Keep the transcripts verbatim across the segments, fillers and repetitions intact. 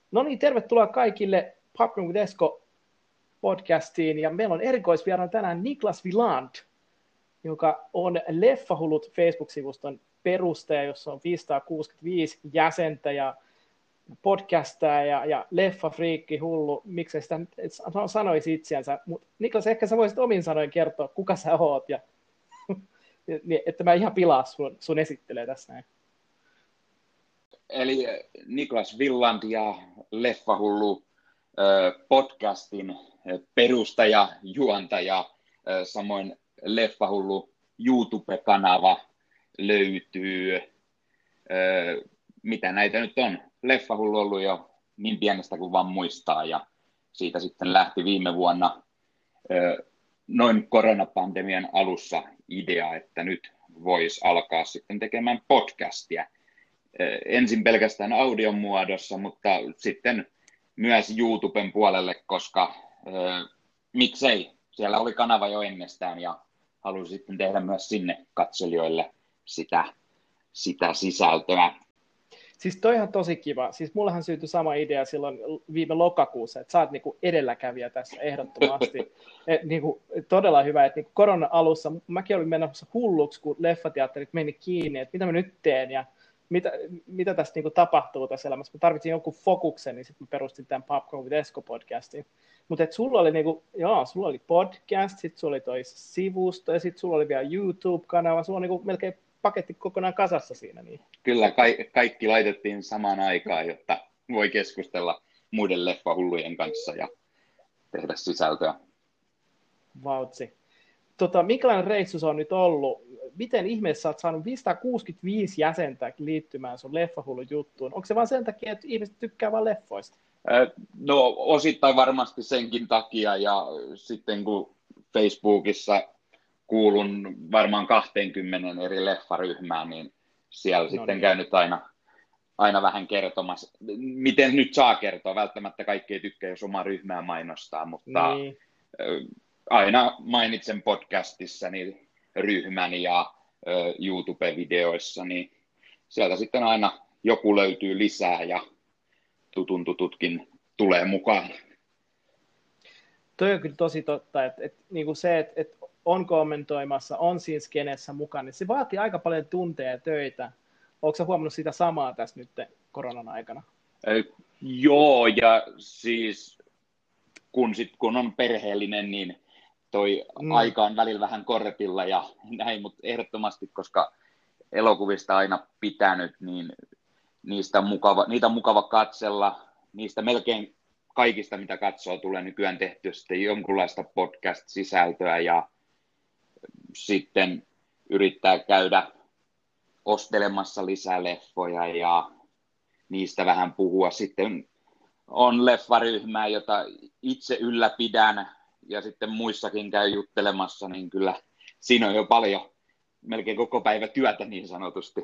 No niin, tervetuloa kaikille Popcorn with Esko podcastiin, ja meillä on erikoisvieraana tänään Niklas Viland, joka on Leffahullut Facebook-sivuston perustaja, jossa on viisisataakuusikymmentäviisi jäsentä ja podcastaa ja, ja leffafriikki hullu, miksei sitä sanoisi itseänsä. Mutta Niklas, ehkä sä voisit omin sanoin kertoa, kuka sä oot, ja että mä ihan pilaa sun, sun esittelee tässä näin. Eli Niklas Viland ja Leffahullu podcastin perustaja, juontaja, samoin Leffahullu YouTube-kanava löytyy, mitä näitä nyt on, Leffahullu on ollut jo niin pienestä kuin vaan muistaa, ja siitä sitten lähti viime vuonna noin koronapandemian alussa idea, että nyt voisi alkaa sitten tekemään podcastia. Ensin pelkästään audion muodossa, mutta sitten myös YouTuben puolelle, koska äh, miksei, siellä oli kanava jo ennestään ja halusin sitten tehdä myös sinne katselijoille sitä, sitä sisältöä. Siis toi on tosi kiva. Siis mullahan syntyi sama idea silloin viime lokakuussa, että sä oot niinku edelläkävijä tässä ehdottomasti. Et niinku, todella hyvä, että niinku korona-alussa mäkin olin menossa hulluksi, kun leffateatterit meni kiinni, että mitä mä nyt teen ja mitä, mitä tässä niinku tapahtuu tässä elämässä. Mä tarvitsin jonkun fokuksen, niin sitten mä perustin tämän Popcorn with Esko podcastin. Mutta sulla oli niinku, joo, sulla oli podcast, sitten sulla oli toi sivusto ja sitten sulla oli vielä YouTube-kanava. Sulla on niinku melkein paketti kokonaan kasassa siinä. Niin. Kyllä, ka- kaikki laitettiin samaan aikaan, jotta voi keskustella muiden leffahullujen kanssa ja tehdä sisältöä. Vautsi. Tota, minkälainen reissu se on nyt ollut? Miten ihmeessä sä oot saanut viisisataakuusikymmentäviisi jäsentä liittymään sun Leffahullun juttuun? Onko se vaan sen takia, että ihmiset tykkää vaan leffoista? No osittain varmasti senkin takia, ja sitten kun Facebookissa kuulun varmaan kaksikymmentä eri leffaryhmään, niin siellä no sitten niin. käynyt aina, aina vähän kertomassa. Miten nyt saa kertoa? Välttämättä kaikki ei tykkää, jos omaa ryhmää mainostaa, mutta niin. aina mainitsen podcastissani ryhmäni ja YouTube-videoissa, niin sieltä sitten aina joku löytyy lisää ja tutun tututkin tulee mukaan. Toi on kyllä tosi totta, että, että niin kuin se, että, että on kommentoimassa, on siinä skenessä mukana, niin se vaatii aika paljon tunteja ja töitä. Oletko sä huomannut sitä samaa tässä nyt koronan aikana? Äh, joo, ja siis kun, sit, kun on perheellinen, niin toi mm. aika on välillä vähän kortilla ja näin, mutta ehdottomasti, koska elokuvista aina pitänyt, niin niistä on mukava, niitä on mukava katsella. Niistä melkein kaikista, mitä katsoo, tulee nykyään tehtyä sitten jonkunlaista podcast-sisältöä ja sitten yrittää käydä ostelemassa lisää leffoja ja niistä vähän puhua. Sitten on leffaryhmää, jota itse ylläpidän ja sitten muissakin käy juttelemassa, niin kyllä siinä on jo paljon, melkein koko päivä työtä niin sanotusti.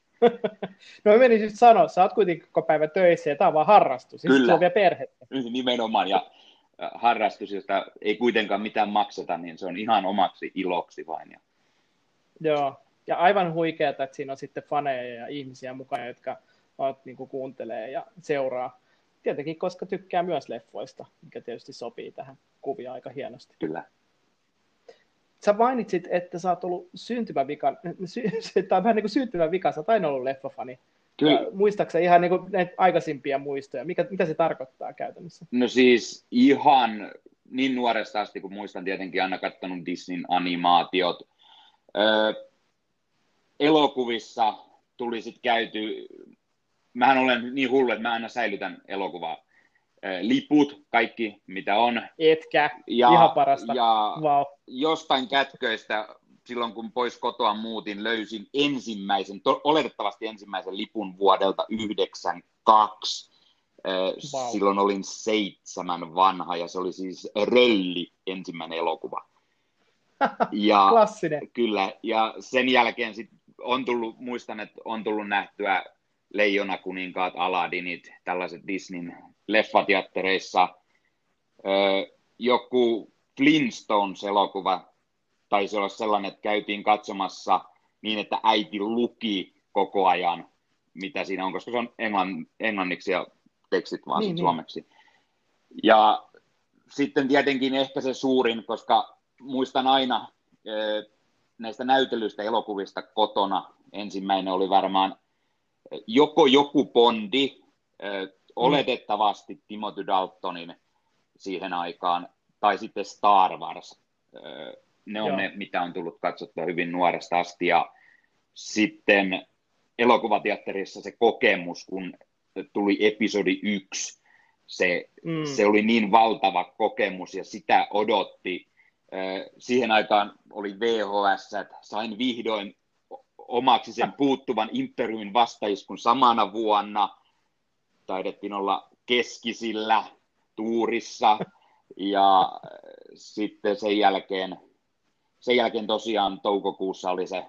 No mä menisin just sanoa, sä oot kuitenkin koko päivä töissä ja tää on vaan harrastus. Kyllä, se on vielä perhettä. Nimenomaan, ja harrastus, josta ei kuitenkaan mitään makseta, niin se on ihan omaksi iloksi vain. Ja... Joo, ja aivan huikeata, että siinä on sitten faneja ja ihmisiä mukana, jotka oot, niin kuin kuuntelee ja seuraa. Tietenkin, koska tykkää myös leffoista, mikä tietysti sopii tähän kuvia aika hienosti. Kyllä. Sä mainitsit, että sä oot ollut syntymävikan, tai vähän niin kuin syntymävika, sä oot aina ollut leffafani. Kyllä. Muistaaksä ihan niin kuin näitä aikaisimpia muistoja? Mikä, mitä se tarkoittaa käytännössä? No siis ihan niin nuoresta asti, kun muistan tietenkin aina katsonut Disneyn animaatiot. Öö, elokuvissa tuli sitten käyty, mähän olen niin hullu, että mä aina säilytän elokuvaa. Liput, kaikki mitä on. Etkä, ja, ihan parasta. Ja wow. Jostain kätköistä, silloin kun pois kotoa muutin, löysin ensimmäisen, to, oletettavasti ensimmäisen lipun vuodelta yhdeksänkymmentäkaksi. Wow. Silloin olin seitsemän vanha ja se oli siis Rölli, ensimmäinen elokuva. Ja, klassinen. Kyllä, ja sen jälkeen sit on tullut, muistan, että on tullut nähtyä Leijonakuninkaat, Aladdinit, tällaiset Disneyn leffateattereissa. Öö, joku Flintstones-elokuva taisi olla sellainen, että käytiin katsomassa niin, että äiti luki koko ajan, mitä siinä on, koska se on englann, englanniksi ja tekstit vaan niin, sit niin. suomeksi. Ja sitten tietenkin ehkä se suurin, koska muistan aina näistä näytellyistä elokuvista kotona, ensimmäinen oli varmaan joko joku Bondi, oletettavasti Timothy Daltonin siihen aikaan, tai sitten Star Wars. Ne on Joo. ne, mitä on tullut katsottua hyvin nuoresta asti. Ja sitten elokuvateatterissa se kokemus, kun tuli episodi yksi, se, mm. se oli niin valtava kokemus ja sitä odotti. Siihen aikaan oli V H S, sain vihdoin omaksi sen puuttuvan Imperiumin vastaiskun samana vuonna. Taidettiin olla keskisillä tuurissa ja sitten sen jälkeen, sen jälkeen tosiaan toukokuussa oli se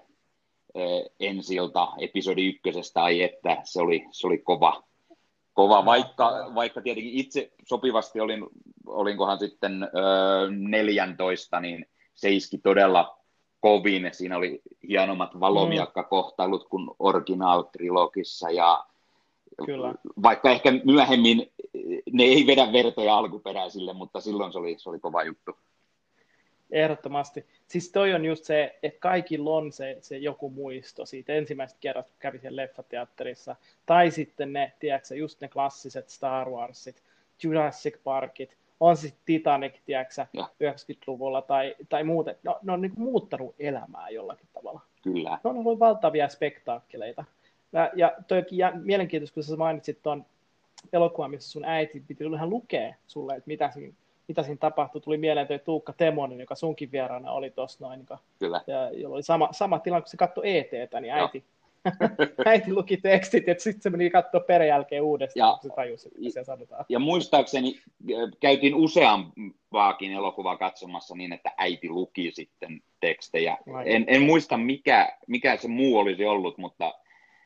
ensi-ilta episodi ykkösestä, ai että se oli, se oli kova, kova. Vaikka, vaikka tietenkin itse sopivasti olin, olinkohan sitten ö, neljäntoista, niin se iski todella kovin. Siinä oli hienommat valomiakkakohtailut kuin original-trilogissa ja Kyllä. Vaikka ehkä myöhemmin ne ei vedä vertoja alkuperäisille, mutta silloin se oli, se oli kova juttu. Ehdottomasti. Siis toi on just se, että kaikilla on se, se joku muisto siitä ensimmäistä kerrasta, kun kävi siellä leffateatterissa. Tai sitten ne, tiedätkö, just ne klassiset Star Warsit, Jurassic Parkit, on sitten Titanic, tiedätkö, yhdeksänkymmentäluvulla tai, tai muuten. No, ne on niin kuin muuttanut elämää jollakin tavalla. Kyllä. Ne on ollut valtavia spektaakkeleita. Ja, ja toikin ja mielenkiintoista, kun sä mainitsit tuon elokuvan, missä sun äiti piti ihan lukea sulle, että mitä siinä, mitä siinä tapahtui. Tuli mieleen toi Tuukka Temonen, joka sunkin vieraana oli tuossa noin. Kyllä. Ja jolla oli sama, sama tilanne, kun se katsoi E T:tä, niin äiti, äiti luki tekstit, ja sitten se meni katsoa perän jälkeen uudestaan, ja, kun se tajusi, että siellä sanotaan. Ja muistaakseni käytiin useampaakin elokuvaa katsomassa niin, että äiti luki sitten tekstejä. En, en muista, mikä, mikä se muu olisi ollut, mutta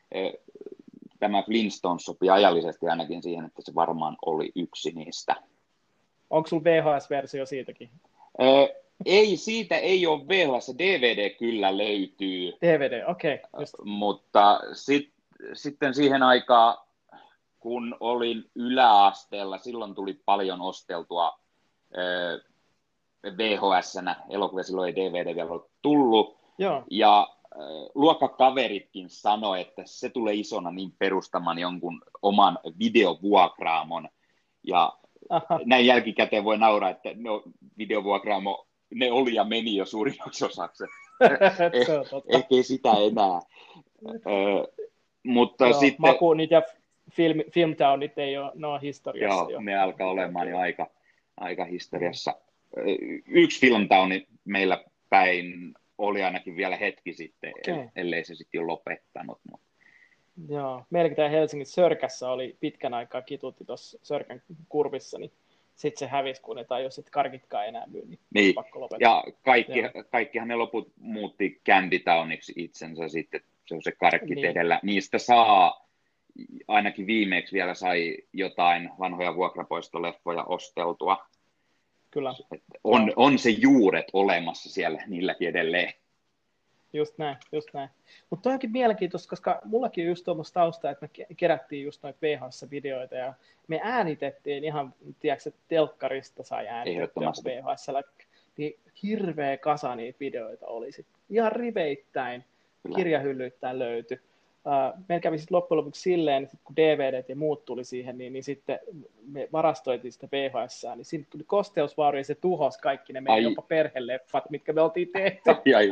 tämä Flintstones sopi ajallisesti ainakin siihen, että se varmaan oli yksi niistä. Onko sulla V H S-versio siitäkin? Ö, ei, siitä ei ole V H S, D V D kyllä löytyy. D V D, okei. Okay, mutta sit, sitten siihen aikaan, kun olin yläasteella, silloin tuli paljon osteltua ö, V H S-nä, elokuvia silloin ei D V D vielä ollut tullut. Joo. Ja luokkakaveritkin sanoi, että se tulee isona niin perustamaan jonkun oman videovuokraamon. Ja Aha. näin jälkikäteen voi nauraa, että no, videovuokraamo, ne oli ja meni jo suurimmaksi osaksi. eh, ehkä ei sitä enää. Ö, mutta Joo, sitten... Makuunit ja film, Filmtownit ei ole, ne on historiassa. Joo, jo. ne alkaa olemaan jo aika, aika historiassa. Yksi Filmtowni meillä päin oli ainakin vielä hetki sitten, okay. ellei se sitten jo lopettanut. Mutta. Joo, meilläkin täällä Helsingin Sörkässä oli pitkän aikaa kituutti tuossa Sörkän kurvissa, niin sitten se hävisi, kun ne tajusi, että karkitkaan enää myy, niin, niin. pakko lopettaa. Ja kaikki, kaikkihan ne loput muutti Candy Towniksi itsensä sitten, se on se karkkit niin. edellä. Niistä saa, ainakin viimeksi vielä sai jotain vanhoja vuokrapoistoleffoja osteltua. Kyllä. On, on se juuret olemassa siellä niilläkin edelleen. Just näin, just näin. Mutta toi onkin mielenkiintoista, koska mullakin on just tuommoista taustaa, että me kerättiin just noita V H S-videoita ja me äänitettiin ihan, tiedätkö, telkkarista sai äänitettyä V H S-llä, niin hirveä kasa niitä videoita oli sit. Ihan riveittäin, kirjahyllyittäin löytyi. Uh, meillä kävi sitten loppujen lopuksi silleen, että kun D V D:t ja muut tuli siihen, niin, niin sitten me varastoitiin sitä V H S:ää, niin siinä tuli kosteusvauri ja se tuhosi kaikki ne meidän jopa perheleffat, mitkä me oltiin tehty. Ai, ai.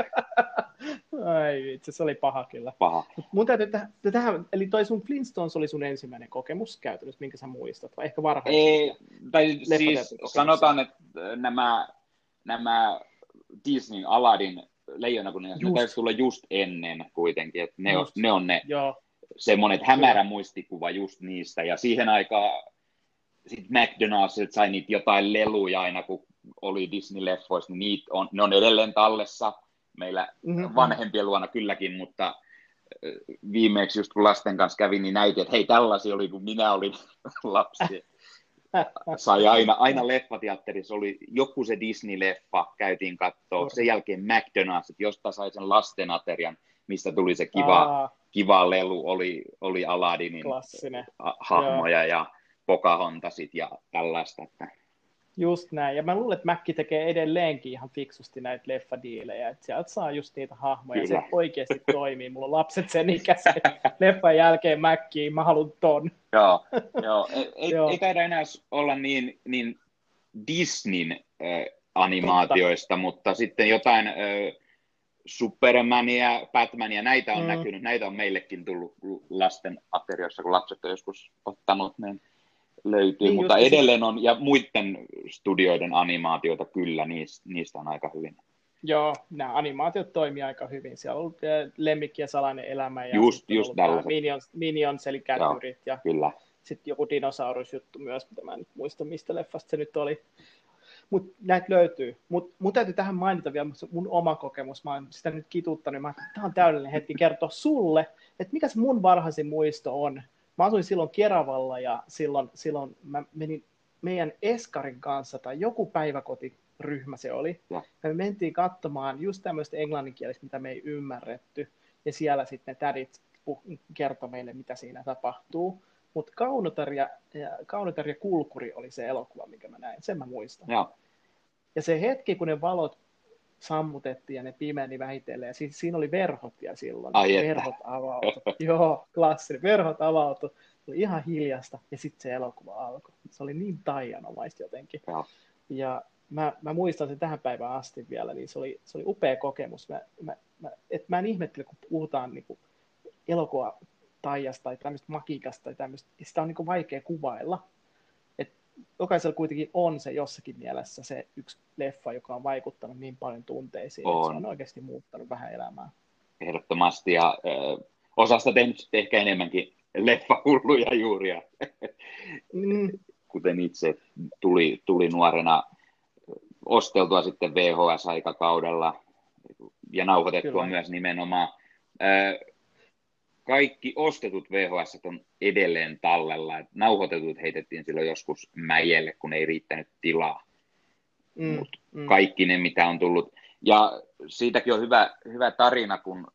Ai vitsi, se oli paha kyllä. Paha. Mun täytyy tähän, tähän, eli toi sun Flintstones oli sun ensimmäinen kokemus käytännössä, minkä sä muistat, vai ehkä varhain? Ei, tai siis sanotaan, että nämä, nämä Disney Aladdin Leijonakuningas, ne taisi tulla just ennen kuitenkin, että ne, on, ne on ne semmoinen hämärä muistikuva just niistä, ja siihen aikaan sitten McDonald's sai niitä jotain leluja aina, kun oli Disney-leffoissa, niin niitä on, ne on edelleen tallessa, meillä mm-hmm. vanhempien luona kylläkin, mutta viimeksi just kun lasten kanssa kävin, niin näytin, että hei, tällaisia oli, kun minä olin lapsi. Sai aina, aina leffateatterissa oli joku se Disney-leffa, käytiin katsoa, sen jälkeen McDonald's, josta sai sen lastenaterian, mistä tuli se kiva, kiva lelu oli, oli Aladdinin Klassinen. hahmoja Joo. ja Pocahontasit ja tällaista. Että... Just näin. Ja mä luulen, että Mäkki tekee edelleenkin ihan fiksusti näitä leffadiilejä. Että sieltä saa just niitä hahmoja. Kyllä. Se oikeasti toimii. Mulla on lapset sen ikäisiä. Leffan jälkeen Mäkkiin. Mä haluan ton. Joo. Joo. Ei, ei, ei taida enää olla niin, niin Disneyn äh, animaatioista, Totta. mutta sitten jotain... Äh, Supermania, Batmania, näitä on mm. näkynyt, näitä on meillekin tullut lasten aterioissa, kun lapset on joskus ottanut, niin löytyy, niin mutta edelleen on, ja muiden studioiden animaatioita kyllä, niistä, niistä on aika hyvin. Joo, nämä animaatiot toimii aika hyvin, siellä on ollut Lemmikki ja salainen elämä, ja just, just Minions, Minions, eli kätyrit, ja kyllä. sitten joku dinosaurusjuttu myös, mitä mä en nyt muista, mistä leffasta se nyt oli. Mutta näitä löytyy. Mutta mun täytyy tähän mainita vielä mun oma kokemus. Mä oon sitä nyt kituttanut. Mä ajattelin, että tämä on täydellinen hetki kertoa sulle, että mikä se mun varhaisin muisto on. Mä asuin silloin Keravalla ja silloin, silloin mä menin meidän Eskarin kanssa, tai joku päiväkotiryhmä se oli. Ja me mentiin katsomaan just tämmöistä englanninkielistä, mitä me ei ymmärretty. Ja siellä sitten ne tädit kertoi meille, mitä siinä tapahtuu. Mutta Kaunotar ja, ja, Kaunotar ja Kulkuri oli se elokuva, minkä mä näin. Sen mä muistan. Ja, ja se hetki, kun ne valot sammutettiin ja ne pimeeni vähitellen. Ja si- siinä oli verhot ja silloin. Ai verhot avautui. Joo, klassinen. Verhot avautui. Oli ihan hiljasta. Ja sitten se elokuva alkoi. Se oli niin taianomaista jotenkin. Ja, ja mä, mä muistan sen tähän päivään asti vielä. Niin se, oli, se oli upea kokemus. Mä, mä, mä, et mä en ihmettele, kun puhutaan niin elokuva taijasta tai tämmöistä magiikasta tai tämmöistä, sitä on niin kuin vaikea kuvailla. Et jokaisella kuitenkin on se jossakin mielessä se yksi leffa, joka on vaikuttanut niin paljon tunteisiin, on. Että se on oikeasti muuttanut vähän elämää. Ehdottomasti, ja ö, osasta tehnyt sitten ehkä enemmänkin leffahulluja juuria, mm. kuten itse tuli, tuli nuorena osteltua sitten V H S-aikakaudella ja nauhoitettua Kyllä. myös nimenomaan. Ö, Kaikki ostetut V H S on edelleen tallella. Nauhoitetut heitettiin silloin joskus mäjelle, kun ei riittänyt tilaa. Mm, Mut mm. Kaikki ne, mitä on tullut. Ja siitäkin on hyvä, hyvä tarina, kun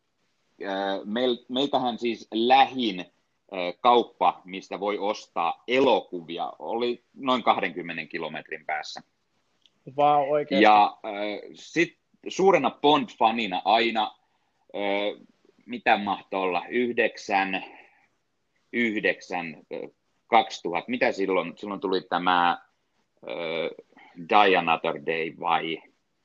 äh, meil, meiltähän siis lähin äh, kauppa, mistä voi ostaa elokuvia, oli noin kahdenkymmenen kilometrin päässä. Vau, oikeasti. Ja äh, sitten suurena Bond-fanina aina... Äh, mitä mahtoi olla, yhdeksän, yhdeksän, kaksituhatta, mitä silloin, silloin tuli tämä uh, Die Another Day vai,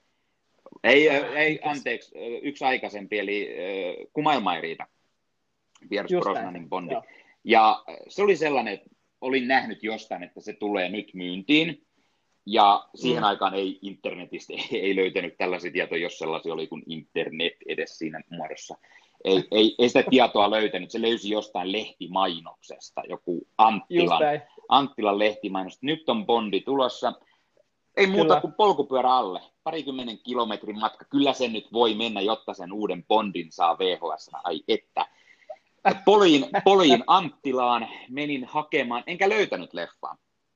ei, ei anteeksi, yksi aikaisempi, eli uh, Kumailma ei riitä, Pierce Brosnanin Bondi. Joo. Ja se oli sellainen, että olin nähnyt jostain, että se tulee nyt myyntiin, ja siihen mm. aikaan ei internetistä ei löytänyt tällaisia tietoja, jos sellaisia oli kuin internet edes siinä muodossa. Ei, ei, ei sitä tietoa löytänyt, se löysi jostain lehtimainoksesta, joku Anttilan, Anttilan lehtimainos. Nyt on Bondi tulossa, ei muuta Kyllä. kuin polkupyörä alle, parikymmenen kilometrin matka. Kyllä se nyt voi mennä, jotta sen uuden Bondin saa V H S. Ai että. Poliin, poliin Anttilaan, menin hakemaan, enkä löytänyt leffaa.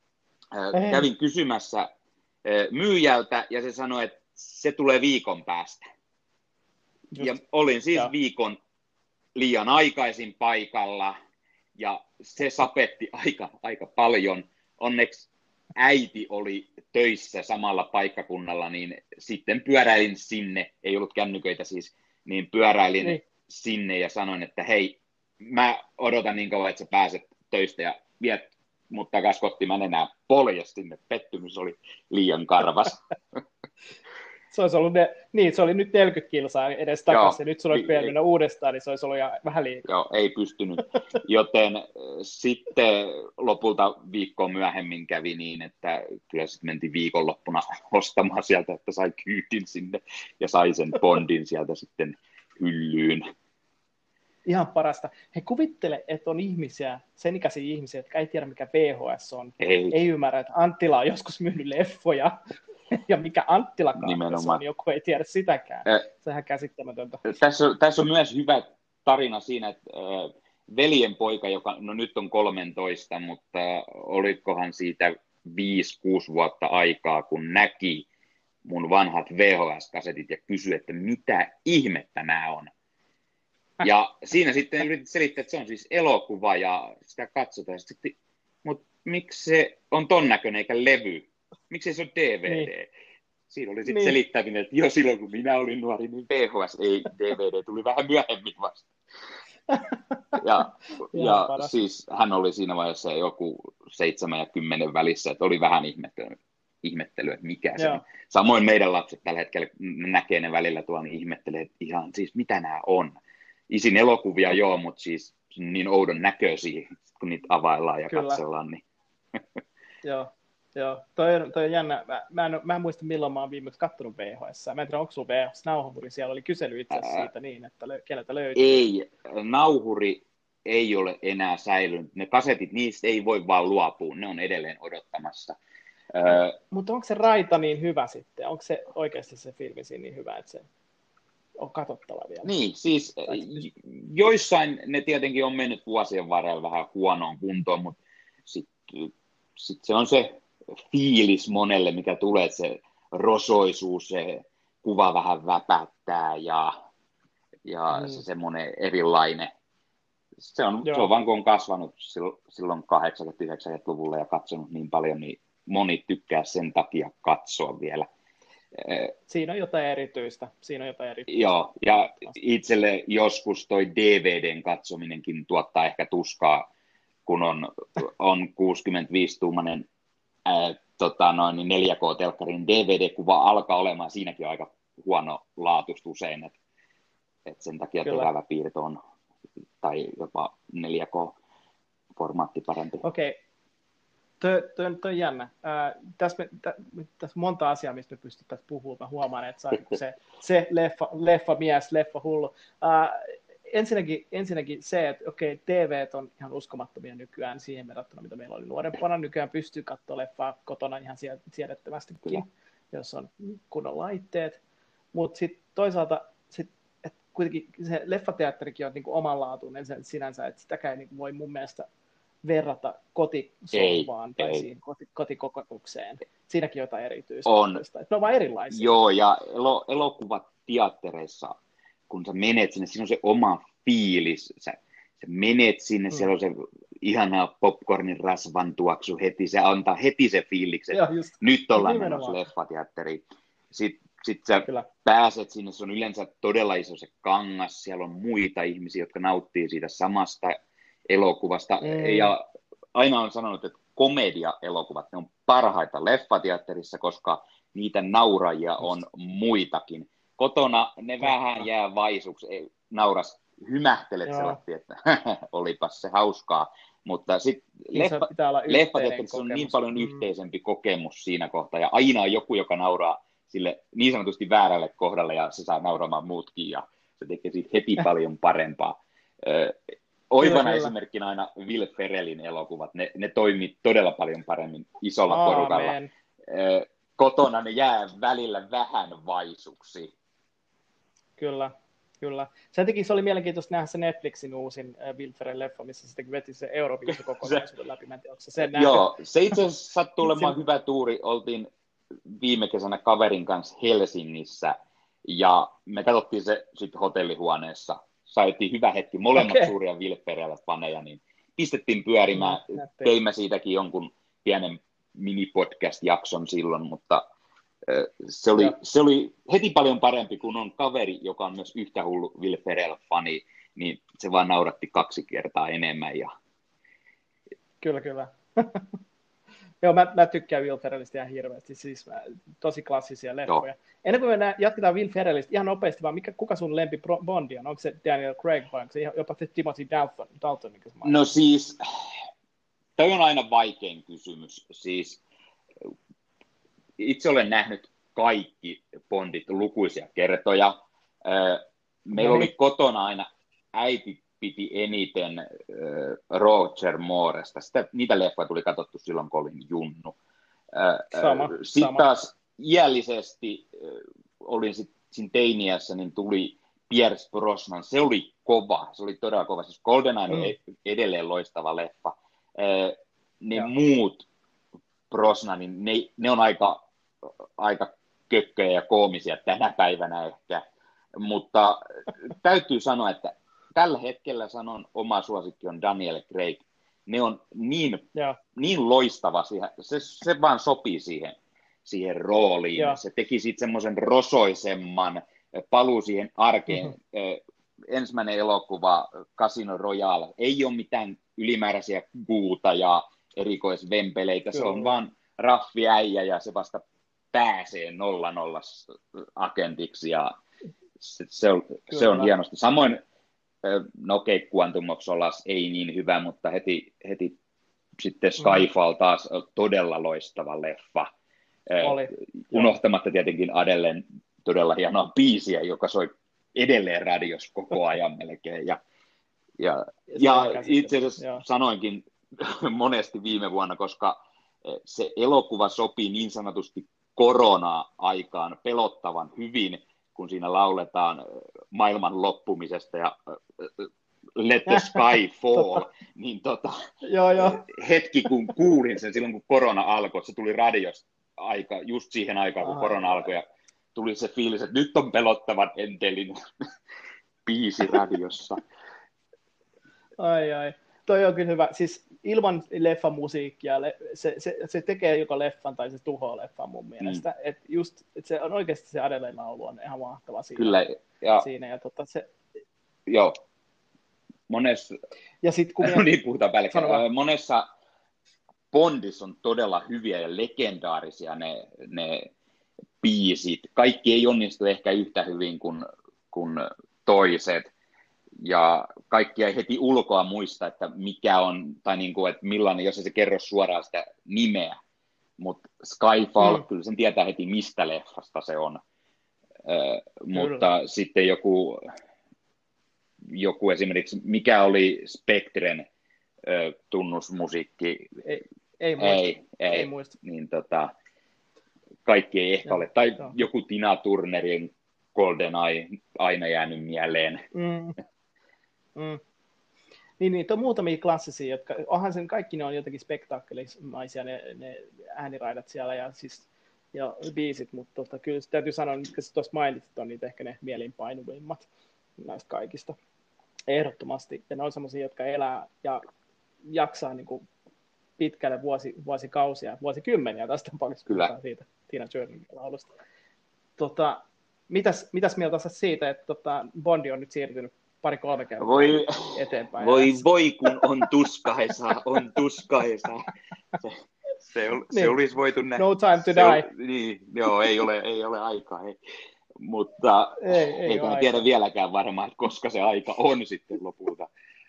Ei. Kävin kysymässä myyjältä ja se sanoi, että se tulee viikon päästä. Just. Ja olin siis ja. viikon liian aikaisin paikalla ja se sapetti aika, aika paljon. Onneksi äiti oli töissä samalla paikkakunnalla, niin sitten pyöräilin sinne, ei ollut kännyköitä siis, niin pyöräilin niin. sinne ja sanoin, että hei, mä odotan niin kauan, että sä pääset töistä ja viet mut takas kotiin, mä en enää polje sinne, pettymys oli liian karvas. Se olisi ollut ne, niin, se oli nyt neljäkymmentä kilsaa edes takaisin, ja nyt se olisi vielä uudestaan, niin se olisi ollut vähän liikaa. Joo, ei pystynyt. Joten sitten lopulta viikkoa myöhemmin kävi niin, että kyllä sitten mentiin viikonloppuna ostamaan sieltä, että sai kyydin sinne ja sai sen Bondin sieltä sitten hyllyyn. Ihan parasta. He kuvittele, että on ihmisiä, sen ikäisiä ihmisiä, jotka ei tiedä mikä V H S on. Ei, ei ymmärrä, että Anttila on joskus myynyt leffoja. Ja mikä Anttila-kauppa on, joku ei tiedä sitäkään. Äh, Sehän käsittämätöntä. Tässä, tässä on myös hyvä tarina siinä, että äh, veljen poika, joka no nyt on kolmetoista, mutta äh, olikohan siitä viisi kuusi vuotta aikaa, kun näki mun vanhat V H S-kasetit ja kysyi, että mitä ihmettä nämä on. Ja siinä sitten yritin selittää, että se on siis elokuva ja sitä katsotaan. Sitten, mutta miksi se on ton näköinen eikä levy? Miksi se on D V D? Niin. Siinä oli sitten niin. selittäminen, että jo silloin kun minä olin nuori, niin V H S, ei D V D, tuli vähän myöhemmin vasta. Ja, ja siis hän oli siinä vaiheessa joku seitsemän ja kymmenen välissä, että oli vähän ihmettely, ihmettely että mikä se on. Samoin meidän lapset tällä hetkellä näkee ne välillä tuolla, niin ihmettelee, että ihan siis mitä nämä on. Isin elokuvia joo, mutta siis niin oudon näköisiä, kun niitä availlaan ja Kyllä. katsellaan. Niin. Joo, joo. Toi, on, toi on jännä. Mä, mä, en, mä en muista milloin mä oon viimeksi kattonut V H S. Mä en tiedä, onko sulla V H S-nauhuri. Siellä oli kysely itse asiassa siitä niin, että lö, keneltä löytyy. Ei, nauhuri ei ole enää säilynyt. Ne kasetit, niistä ei voi vaan luopua. Ne on edelleen odottamassa. Öö, Mutta onko se raita niin hyvä sitten? Onko se oikeasti se filmi siinä niin hyvä, että se on katsottava vielä? Niin, siis joissain ne tietenkin on mennyt vuosien varrella vähän huonoon kuntoon, mutta sitten sit se on se fiilis monelle, mikä tulee, että se rosoisuus, se kuva vähän väpättää ja, ja mm. se semmoinen erilainen. Se on, se on vaan kun on kasvanut silloin kahdeksankymmentä-yhdeksänkymmentäluvulla ja katsonut niin paljon, niin moni tykkää sen takia katsoa vielä. Siinä on jotain erityistä. Siinä on jotain erityistä. Joo, ja itselle joskus toi D V D:n katsominenkin tuottaa ehkä tuskaa, kun on, on kuusikymmentäviisi-tuumainen ää, tota noin, neljä K-telkkarin D V D-kuva alkaa olemaan siinäkin aika huono laatusta usein, että et sen takia teräväpiirto on, tai jopa neljä K-formaatti parempi. Okei. Okay. Toi, toi, toi on jännä. Äh, tässä, me, tä, tässä on monta asiaa, mistä me pystyttäisiin puhumaan. Mä huomaan, että se, se leffa, leffa mies, leffa hullu. Äh, ensinnäkin, ensinnäkin se, että okei, T V:t on ihan uskomattomia nykyään siihen verrattuna, mitä meillä oli nuorempana. Nykyään pystyy katsoa leffaa kotona ihan siedettävästikin, Kyllä. jos on kunnon laitteet. Mutta sitten toisaalta, sit, että kuitenkin se leffateatterikin on niinku omanlaatuinen sinänsä, että sitäkään ei niinku voi mun mielestä verrata kotisohvaan tai ei. siihen koti, kotikokoukseen. Siinäkin jotain erityistä. On. Ne on vaan erilaisia. Joo, ja elo, elokuvat teattereissa, kun sä menet sinne, siinä on se oma fiilis. Sä, sä menet sinne, hmm. siellä on se ihana popcornin rasvan tuoksu heti. Se antaa heti se fiiliksen. Joo, nyt ollaan menossa leffateatteriin. Sitten sit sä Kyllä. pääset sinne, se on yleensä todella iso se kangas. Siellä on muita ihmisiä, jotka nauttii siitä samasta elokuvasta, mm. ja aina on sanonut, että komedia-elokuvat, ne on parhaita leffateatterissa, koska niitä naurajia on muitakin. Kotona ne vähän jää vaisuksi, ei, nauras, hymähtelet sellaista, että olipas se hauskaa, mutta sitten leffa, leffateatterissa on niin paljon mm. yhteisempi kokemus siinä kohtaa, ja aina on joku, joka nauraa sille niin sanotusti väärälle kohdalle, ja se saa nauramaan muutkin, ja se tekee siitä heti paljon parempaa. Oivana kyllä, esimerkkinä aina Will Ferrellin elokuvat, ne, ne toimii todella paljon paremmin isolla Aamen. porukalla. Kotona ne jää välillä vähän vaisuksi. Kyllä, kyllä. Sen takia se oli mielenkiintoista nähdä se Netflixin uusin Will Ferrell leffa, missä sitten veti se Eurovision kokonaisuuden läpi. Mä en tiedä, onko se sen Joo, se itse asiassa sattui olemaan hyvä tuuri. Oltiin viime kesänä kaverin kanssa Helsingissä ja me katsottiin se sitten hotellihuoneessa. Saitiin hyvä hetki, molemmat okay. suuria Will Ferrell-faneja, niin pistettiin pyörimään. Mm, Teimme siitäkin jonkun pienen mini-podcast-jakson silloin, mutta se oli, se oli heti paljon parempi, kun on kaveri, joka on myös yhtä hullu Will Ferrell-fani, niin se vaan nauratti kaksi kertaa enemmän. Ja... Kyllä, kyllä. Joo, mä, mä tykkään Will Ferrellistä ihan hirveästi, siis mä, tosi klassisia leffoja. Joo. Ennen kuin me jatketaan Will Ferrellistä, ihan nopeasti vaan, mikä, kuka sun lempi Bondi on? Onko se Daniel Craig vai onko se jopa Timothy Dalton? Dalton mikä se no siis, toi on aina vaikein kysymys. Siis, itse olen nähnyt kaikki Bondit lukuisia kertoja. Meillä no niin. oli kotona aina äiti piti eniten äh, Roger Mooresta. Sitä, niitä leffoja tuli katsottu silloin, kun olin junnu. Äh, sama, Sitten sama. taas iällisesti äh, olin sitten teiniässä, niin tuli Pierce Brosnan. Se oli kova, se oli todella kova. Siis GoldenEye mm. on edelleen loistava leffa. Äh, ne ja. muut Brosnanin, ne, ne on aika, aika kökköjä ja koomisia tänä päivänä ehkä. Mutta täytyy sanoa, että tällä hetkellä sanon, oma suosikki on Daniel Craig. Ne on niin, Joo. niin loistava, siihen. Se, se vaan sopii siihen, siihen rooliin. Joo. Se teki siitä semmoisen rosoisemman, paluu siihen arkeen. Mm-hmm. Ensimmäinen elokuva, Casino Royale, ei ole mitään ylimääräisiä kuuta ja erikoisvempeleitä. Kyllä. Se on vaan raffi äijä ja se vasta pääsee nolla nolla agentiksi ja se, se, on, se on hienosti. Samoin, no okei, okay, Quantum of Solace ei niin hyvä, mutta heti, heti sitten Skyfall taas todella loistava leffa. Oli. Unohtamatta tietenkin Adelen todella hienoa biisiä, joka soi edelleen radiossa koko ajan melkein. Ja, ja, ja itse asiassa joo. sanoinkin monesti viime vuonna, koska se elokuva sopii niin sanotusti korona-aikaan pelottavan hyvin, kun siinä lauletaan maailman loppumisesta ja Let the Sky Fall, niin tota, joo, joo. hetki kun kuulin sen silloin, kun korona alkoi, se tuli radiosta aika, just siihen aikaan, kun Aha. korona alkoi, ja tuli se fiilis, että nyt on pelottavan entelin biisi radiossa. Ai ai, toi on kyllä hyvä. Siis ilman leffamusiikkia, se, se, se tekee joko leffan tai se tuhoaa leffan mun mielestä. Mm. Et just, et se on oikeasti se Adelen laulu on ihan mahtava siinä. Kyllä, ja, siinä, ja tota, se... joo. Monessa, ja sit, kun me... niin puhutaan päällekkäin. Monessa Bondissa on todella hyviä ja legendaarisia ne, ne biisit. Kaikki ei onnistu ehkä yhtä hyvin kuin, kuin toiset. Ja kaikki ei heti ulkoa muista, että mikä on, tai niin kuin, että millainen, jos ei se kerro suoraan sitä nimeä. Mutta Skyfall, mm. kyllä sen tietää heti, mistä leffasta se on. Ö, mutta sitten joku... joku esimerkiksi, mikä oli Spectren ö, tunnusmusiikki? Ei, ei muista. Ei, ei. ei muista. Niin, tota, kaikki ei ehkä ja, ole. Tai joo. joku Tina Turnerin GoldenEye aina jäänyt mieleen. Mm. Mm. Niin, niitä on muutamia klassisia, jotka, onhan sen kaikki ne on jotenkin spektaakkelimaisia, ne, ne ääniraidat siellä ja, siis, ja biisit, mutta tota, kyllä täytyy sanoa, että tuossa mainitsit, on niitä ehkä ne mielinpainuvimmat näistä kaikista. Ehdottomasti. Ja ne on semmoisia, jotka elää ja jaksaa niin kuin pitkälle vuosi, vuosikausia, vuosikymmeniä tästä tapauksessa puhutaan siitä Tina Turnerin laulusta. Tota, mitäs, mitäs mieltä sä siitä, että tota, Bondi on nyt siirtynyt pari-kolme kertaa voi, eteenpäin? Voi voi, kun on tuskaisaa, on tuskaisaa. Se, se, ol, niin. se olisi voitu nähdä. No time to die. On, niin, joo, ei ole, ei ole aikaa. Ei. Mutta ei, ei eikä tiedä vieläkään varmaan, että koska se aika on sitten lopulta.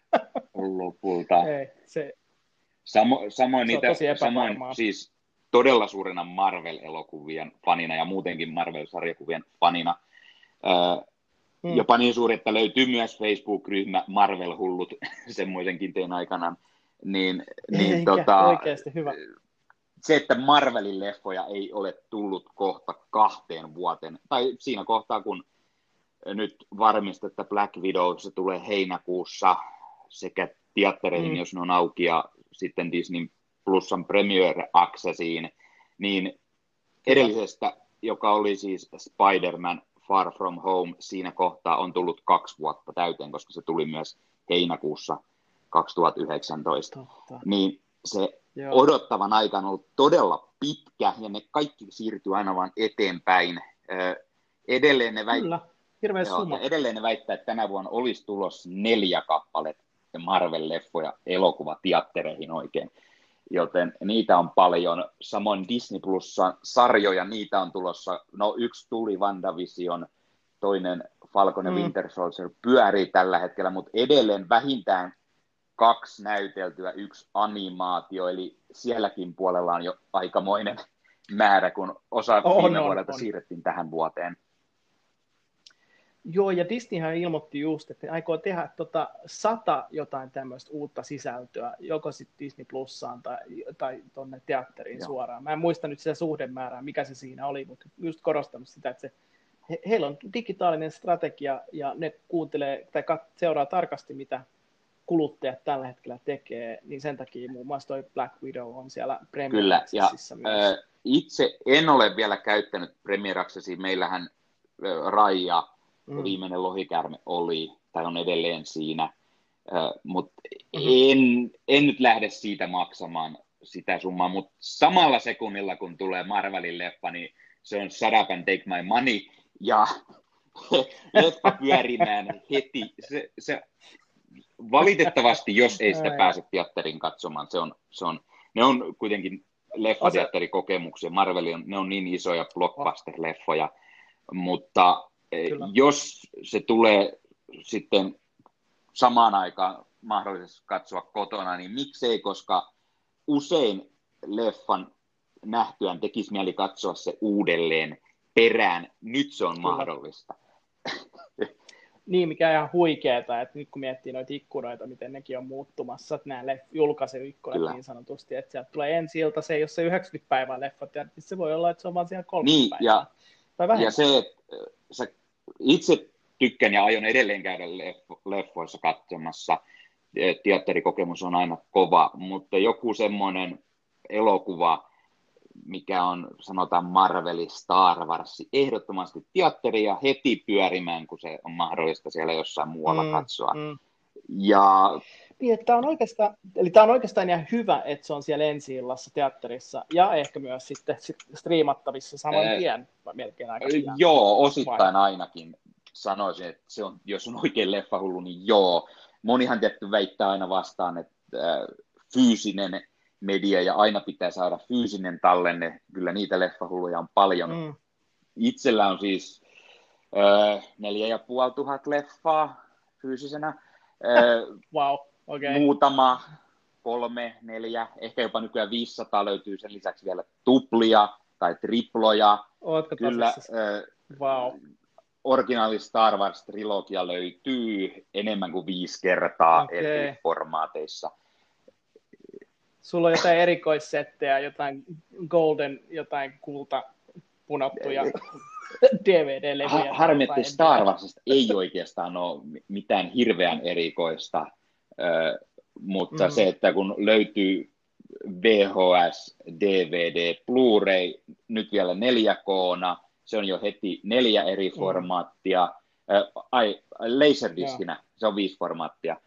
lopulta. Ei, se, Samo, samoin se niitä, samoin siis todella suurena Marvel-elokuvien fanina ja muutenkin Marvel-sarjakuvien fanina. Öö, hmm. Jopa niin suuri, että löytyy myös Facebook-ryhmä Marvel-hullut semmoisenkin tein aikanaan. Niin, niin tota, oikeasti hyvä. Se, että Marvelin leffoja ei ole tullut kohta kahteen vuoteen, tai siinä kohtaa, kun nyt varmistettu, että Black Widow se tulee heinäkuussa sekä teattereihin, mm. jos ne on auki, ja sitten Disney Plusan Premiere Accessiin, niin edellisestä, joka oli siis Spider-Man Far From Home, siinä kohtaa on tullut kaksi vuotta täyteen, koska se tuli myös heinäkuussa kaksituhattayhdeksäntoista. Totta. Niin se Joo. odottavan aika on ollut todella pitkä, ja ne kaikki siirtyy aina vaan eteenpäin. Edelleen ne, väit... Joo, edelleen ne väittää, että tänä vuonna olisi tulossa neljä kappaletta Marvel-leffoja elokuvateattereihin oikein, joten niitä on paljon. Samoin Disney Plusan sarjoja, niitä on tulossa, no yksi tuli WandaVision, toinen Falcon and mm. Winter Soldier pyörii tällä hetkellä, mutta edelleen vähintään kaksi näyteltyä, yksi animaatio, eli sielläkin puolella on jo aikamoinen määrä, kun osa on, viime on, vuodelta on. siirrettiin tähän vuoteen. Joo, ja Disneyhän ilmoitti just, että aikoo tehdä tota sata jotain tämmöistä uutta sisältöä, joko sitten Disney Plussaan tai, tai tuonne teatteriin Joo. suoraan. Mä en muista nyt sitä suhdemäärää, mikä se siinä oli, mutta just korostanut sitä, että se, he, heillä on digitaalinen strategia, ja ne kuuntelee tai kat, seuraa tarkasti, mitä kuluttajat tällä hetkellä tekee, niin sen takia muun muassa toi Black Widow on siellä Premier Kyllä, ja myös. Äh, itse en ole vielä käyttänyt Premier Accessia. Meillähän äh, Raija, mm. viimeinen lohikäärme oli tai on edelleen siinä, mutta Mm-hmm. en, en nyt lähde siitä maksamaan sitä summaa, mutta samalla sekunnilla, kun tulee Marvelin leffa, niin se on shut up and take my money, ja leffa pyörimään heti. Se, se, valitettavasti, jos ei sitä pääse teatterin katsomaan, se on, se on, ne on kuitenkin leffateatterikokemuksia. Marvel on, ne on niin isoja blockbuster-leffoja, mutta Kyllä. jos se tulee sitten samaan aikaan mahdollisesti katsoa kotona, niin miksei, koska usein leffan nähtyään tekisi mieli katsoa se uudelleen perään. Nyt se on Kyllä. mahdollista. Niin, mikä on ihan huikeeta, että nyt kun miettii noita ikkunoita, miten nekin on muuttumassa, että nämä leff- julkaisuikkunat Kyllä. niin sanotusti, että sieltä tulee ensi ilta, se ei ole se yhdeksänkymmentä päivää leffat, ja se voi olla, että se on vaan siellä kolmekymmentä niin, päivää. Ja, tai ja se, että sä itse tykkään ja aion edelleen käydä leff- leffoissa katsomassa, teatterikokemus on aina kova, mutta joku semmoinen elokuva, mikä on, sanotaan Marveli, Star Wars, ehdottomasti teatteria heti pyörimään, kun se on mahdollista siellä jossain muualla mm, katsoa. Mm. Ja... Niin, että tämä on oikeastaan, eli tämä on oikeastaan ihan hyvä, että se on siellä ensi-illassa teatterissa ja ehkä myös sitten striimattavissa saman tien, vai melkein aika pian. Joo, osittain vai? Ainakin sanoisin, että se on, jos on oikein leffahullu, niin joo. Monihan tietty väittää aina vastaan, että äh, fyysinen media ja aina pitää saada fyysinen tallenne. Kyllä niitä leffahulluja on paljon. Mm. Itsellä on siis äh, neljä ja puoli tuhat leffaa fyysisenä. Äh, wow, okay. Muutama, kolme, neljä, ehkä jopa nykyään viisisataa löytyy sen lisäksi vielä tuplia tai triploja. Ootko Kyllä äh, wow. originaali Star Wars-trilogia löytyy enemmän kuin viisi kertaa okay. eri formaateissa. Sulla on jotain erikoissettejä, jotain golden, jotain kulta punottuja D V D-levyjä. Ha- harmi, että Star Warsista ei oikeastaan ole mitään hirveän erikoista, mutta mm. se, että kun löytyy V H S, D V D, Blu-ray, nyt vielä neljä K:na, se on jo heti neljä eri mm. formaattia, ai, laserdiskinä, Joo. se on viisi formaattia.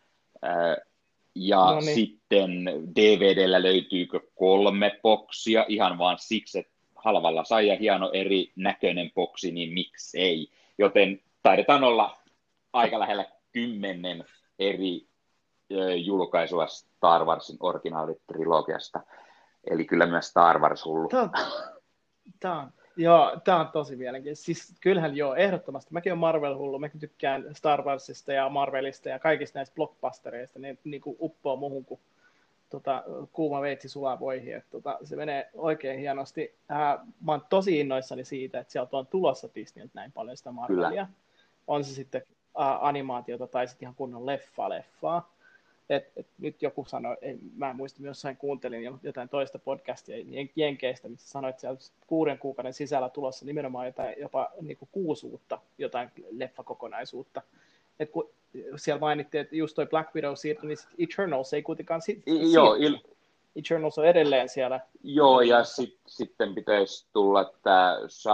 Ja Noniin. Sitten D V D:llä löytyykö kolme boksia ihan vaan siksi, että halvalla sai ja hieno eri näköinen boksi, niin miksei. Joten taidetaan olla aika lähellä kymmenen eri julkaisua Star Warsin originaalitrilogiasta. Eli kyllä myös Star Wars hullu. Tämä on, tämä on, joo, tämä on tosi mielenkiintoista. Siis kyllähän joo, ehdottomasti. Mäkin olen Marvel-hullu. Mäkin tykkään Star Warsista ja Marvelista ja kaikista näistä blockbustereista. Ne niin kuin uppoo muuhun kuin tota, kuuma veitsi sulaa voihin. Että, tota, se menee oikein hienosti. Äh, mä oon tosi innoissani siitä, että sieltä on tulossa Disneyltä näin paljon sitä Marvelia. Kyllä. On se sitten äh, animaatiota tai sitten ihan kunnon leffa-leffaa. Et, et nyt joku sanoi, ei, mä en muista, jossain kuuntelin jotain toista podcastia Jenkeistä, missä sanoi, että siellä kuuden kuukauden sisällä tulossa nimenomaan jotain, jopa niin kuin kuusi uutta jotain leffakokonaisuutta. Et kun siellä mainittiin, että just toi Black Widow siirtyi, niin Eternals ei kuitenkaan si- I, joo, il- Eternals on edelleen siellä. Joo, ja sit, sitten pitäisi tulla tämä,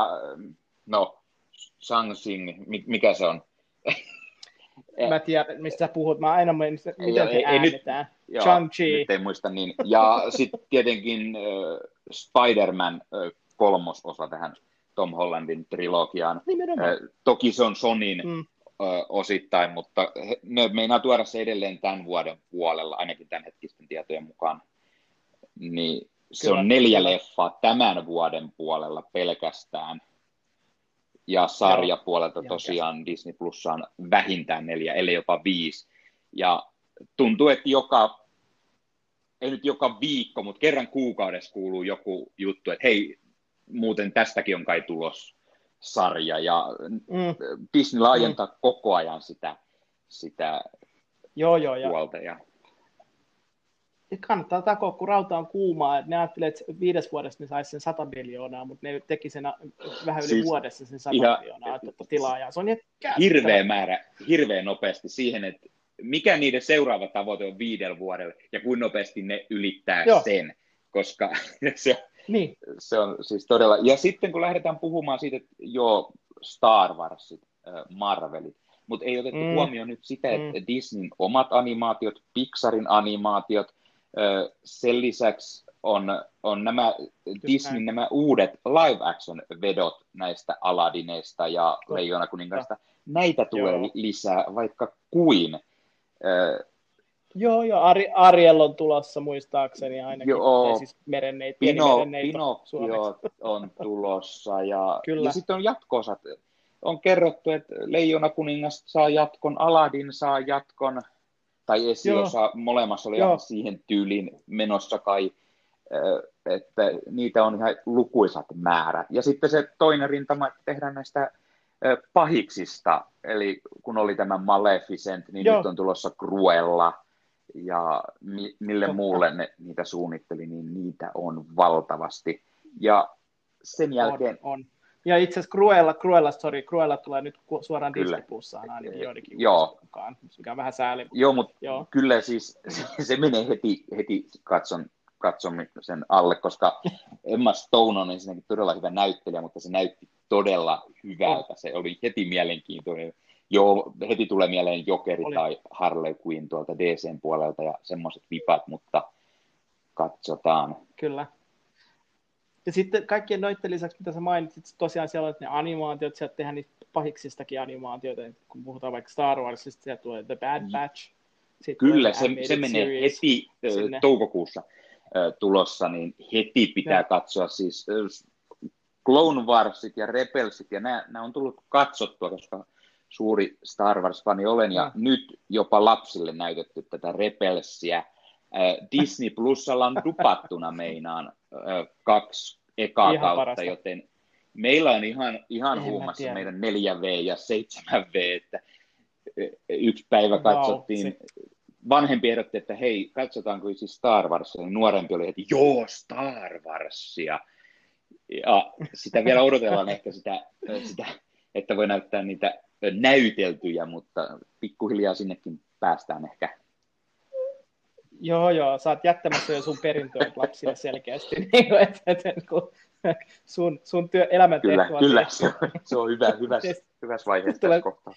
no, Shang-Chi, mikä se on? Mä tiedän, mistä sä puhut. Mä aina menen, miten se äänetään. Shang-Chi. Nyt ei muista niin. Ja sitten tietenkin äh, Spider-Man äh, kolmososa tähän Tom Hollandin trilogiaan. Äh, toki se on Sonyn mm. äh, osittain, mutta he, ne meinaa tuoda se edelleen tämän vuoden puolella, ainakin tämän hetkisten tietojen mukaan. Niin se kyllä, on neljä kyllä. leffaa tämän vuoden puolella pelkästään. Ja sarjapuolelta tosiaan Joo. Disney Plussa on vähintään neljä, ellei jopa viisi. Ja tuntuu, että joka, ei nyt joka viikko, mutta kerran kuukaudessa kuuluu joku juttu, että hei, muuten tästäkin on kai tulos sarja. Ja mm. Disney laajentaa mm. koko ajan sitä, sitä joo, joo, puolta. Ja... Kannattaa takoa, kun rauta on kuumaa. Ne ajattelee, että viides vuodessa ne saisi sen sata miljoonaa, mutta ne teki sen vähän yli siis vuodessa sen sata ihan, miljoonaa tilaajaa. Se on hirveä määrä, hirveä nopeasti siihen, että mikä niiden seuraava tavoite on viidellä vuodella ja kuinka nopeasti ne ylittää Joo. sen, koska se, niin. se on siis todella... Ja sitten kun lähdetään puhumaan siitä, että joo, Star Warsit, Marvelit, mutta ei otettu Mm. huomioon nyt sitä, Mm. että Disneyn omat animaatiot, Pixarin animaatiot, ö, sen lisäksi on, on nämä Disneyn nämä uudet live-action-vedot näistä Aladineista ja Totta. Leijona kuninkaista. Näitä tulee Joo. lisää vaikka kuin. Ö, Joo, joo, Ari, Ariel on tulossa muistaakseni ainakin. Joo. Ja siis merenneito, pieni Pino, merenneito Pinokio suomeksi. on tulossa ja, Kyllä. ja sitten on jatko-osat. On kerrottu, että Leijona kuningas saa jatkon, Aladdin saa jatkon, tai esiosa, molemmassa oli Joo. ihan siihen tyyliin menossa kai, että niitä on ihan lukuisat määrät. Ja sitten se toinen rintama, että tehdään näistä pahiksista, eli kun oli tämä Maleficent, niin Joo. nyt on tulossa Cruella, ja mi- mille Totta. muulle ne niitä suunnitteli, niin niitä on valtavasti. Ja sen jälkeen... On, on. Ja itse asiassa Cruella, Cruella, sorry, Cruella tulee nyt suoraan Kyllä. Disney Plussaan ainakin joidenkin Joo. mukaan, mikä on vähän sääli. Joo, mutta Joo. kyllä siis se menee heti, heti katson, katsomisen alle, koska Emma Stone on ensinnäkin todella hyvä näyttelijä, mutta se näytti todella hyvältä. Se oli heti mielenkiintoinen. Joo, heti tulee mieleen Jokeri Oli. tai Harley Quinn tuolta D C:n puolelta ja semmoiset vipat, mutta katsotaan. Kyllä. Ja sitten kaikkien noiden lisäksi, mitä sä mainitsit, tosiaan siellä on ne animaatiot, sieltä tehdään niitä pahiksistakin animaatioita, kun puhutaan vaikka Star Warsista, sieltä tulee The Bad Batch. Sitten Kyllä, tulee se, animated se menee series heti sinne. äh, toukokuussa äh, tulossa, niin heti pitää Joo. katsoa siis äh, Clone Warsit ja Rebelsit, ja nämä, nämä on tullut katsottua, koska suuri Star Wars-fani olen, ja Mm. nyt jopa lapsille näytetty tätä Rebelsia. Äh, Disney Plusalla on dupattuna meinaan äh, kaksi ekaa Ihan kautta, parasta. joten meillä on ihan, ihan En mä huumassa tiedä. meidän neljä V ja seitsemän V, että äh, yksi päivä Vau, katsottiin, vanhempi ehdotti, että hei, katsotaanko siis Star Warsia, niin nuorempi oli heti, joo, Star Warsia. Ja sitä vielä odotellaan ehkä sitä, sitä, että voi näyttää niitä näyteltyjä, mutta pikkuhiljaa sinnekin päästään ehkä. Joo, joo, sä oot jättämässä jo sun perintöä lapsille selkeästi, niin kuin, että, että kun sun, sun työ, Kyllä, elämäntehtävä kyllä tehty. se on, se on hyvä, hyvässä, hyvässä vaiheessa Tulee- tässä kohtaa.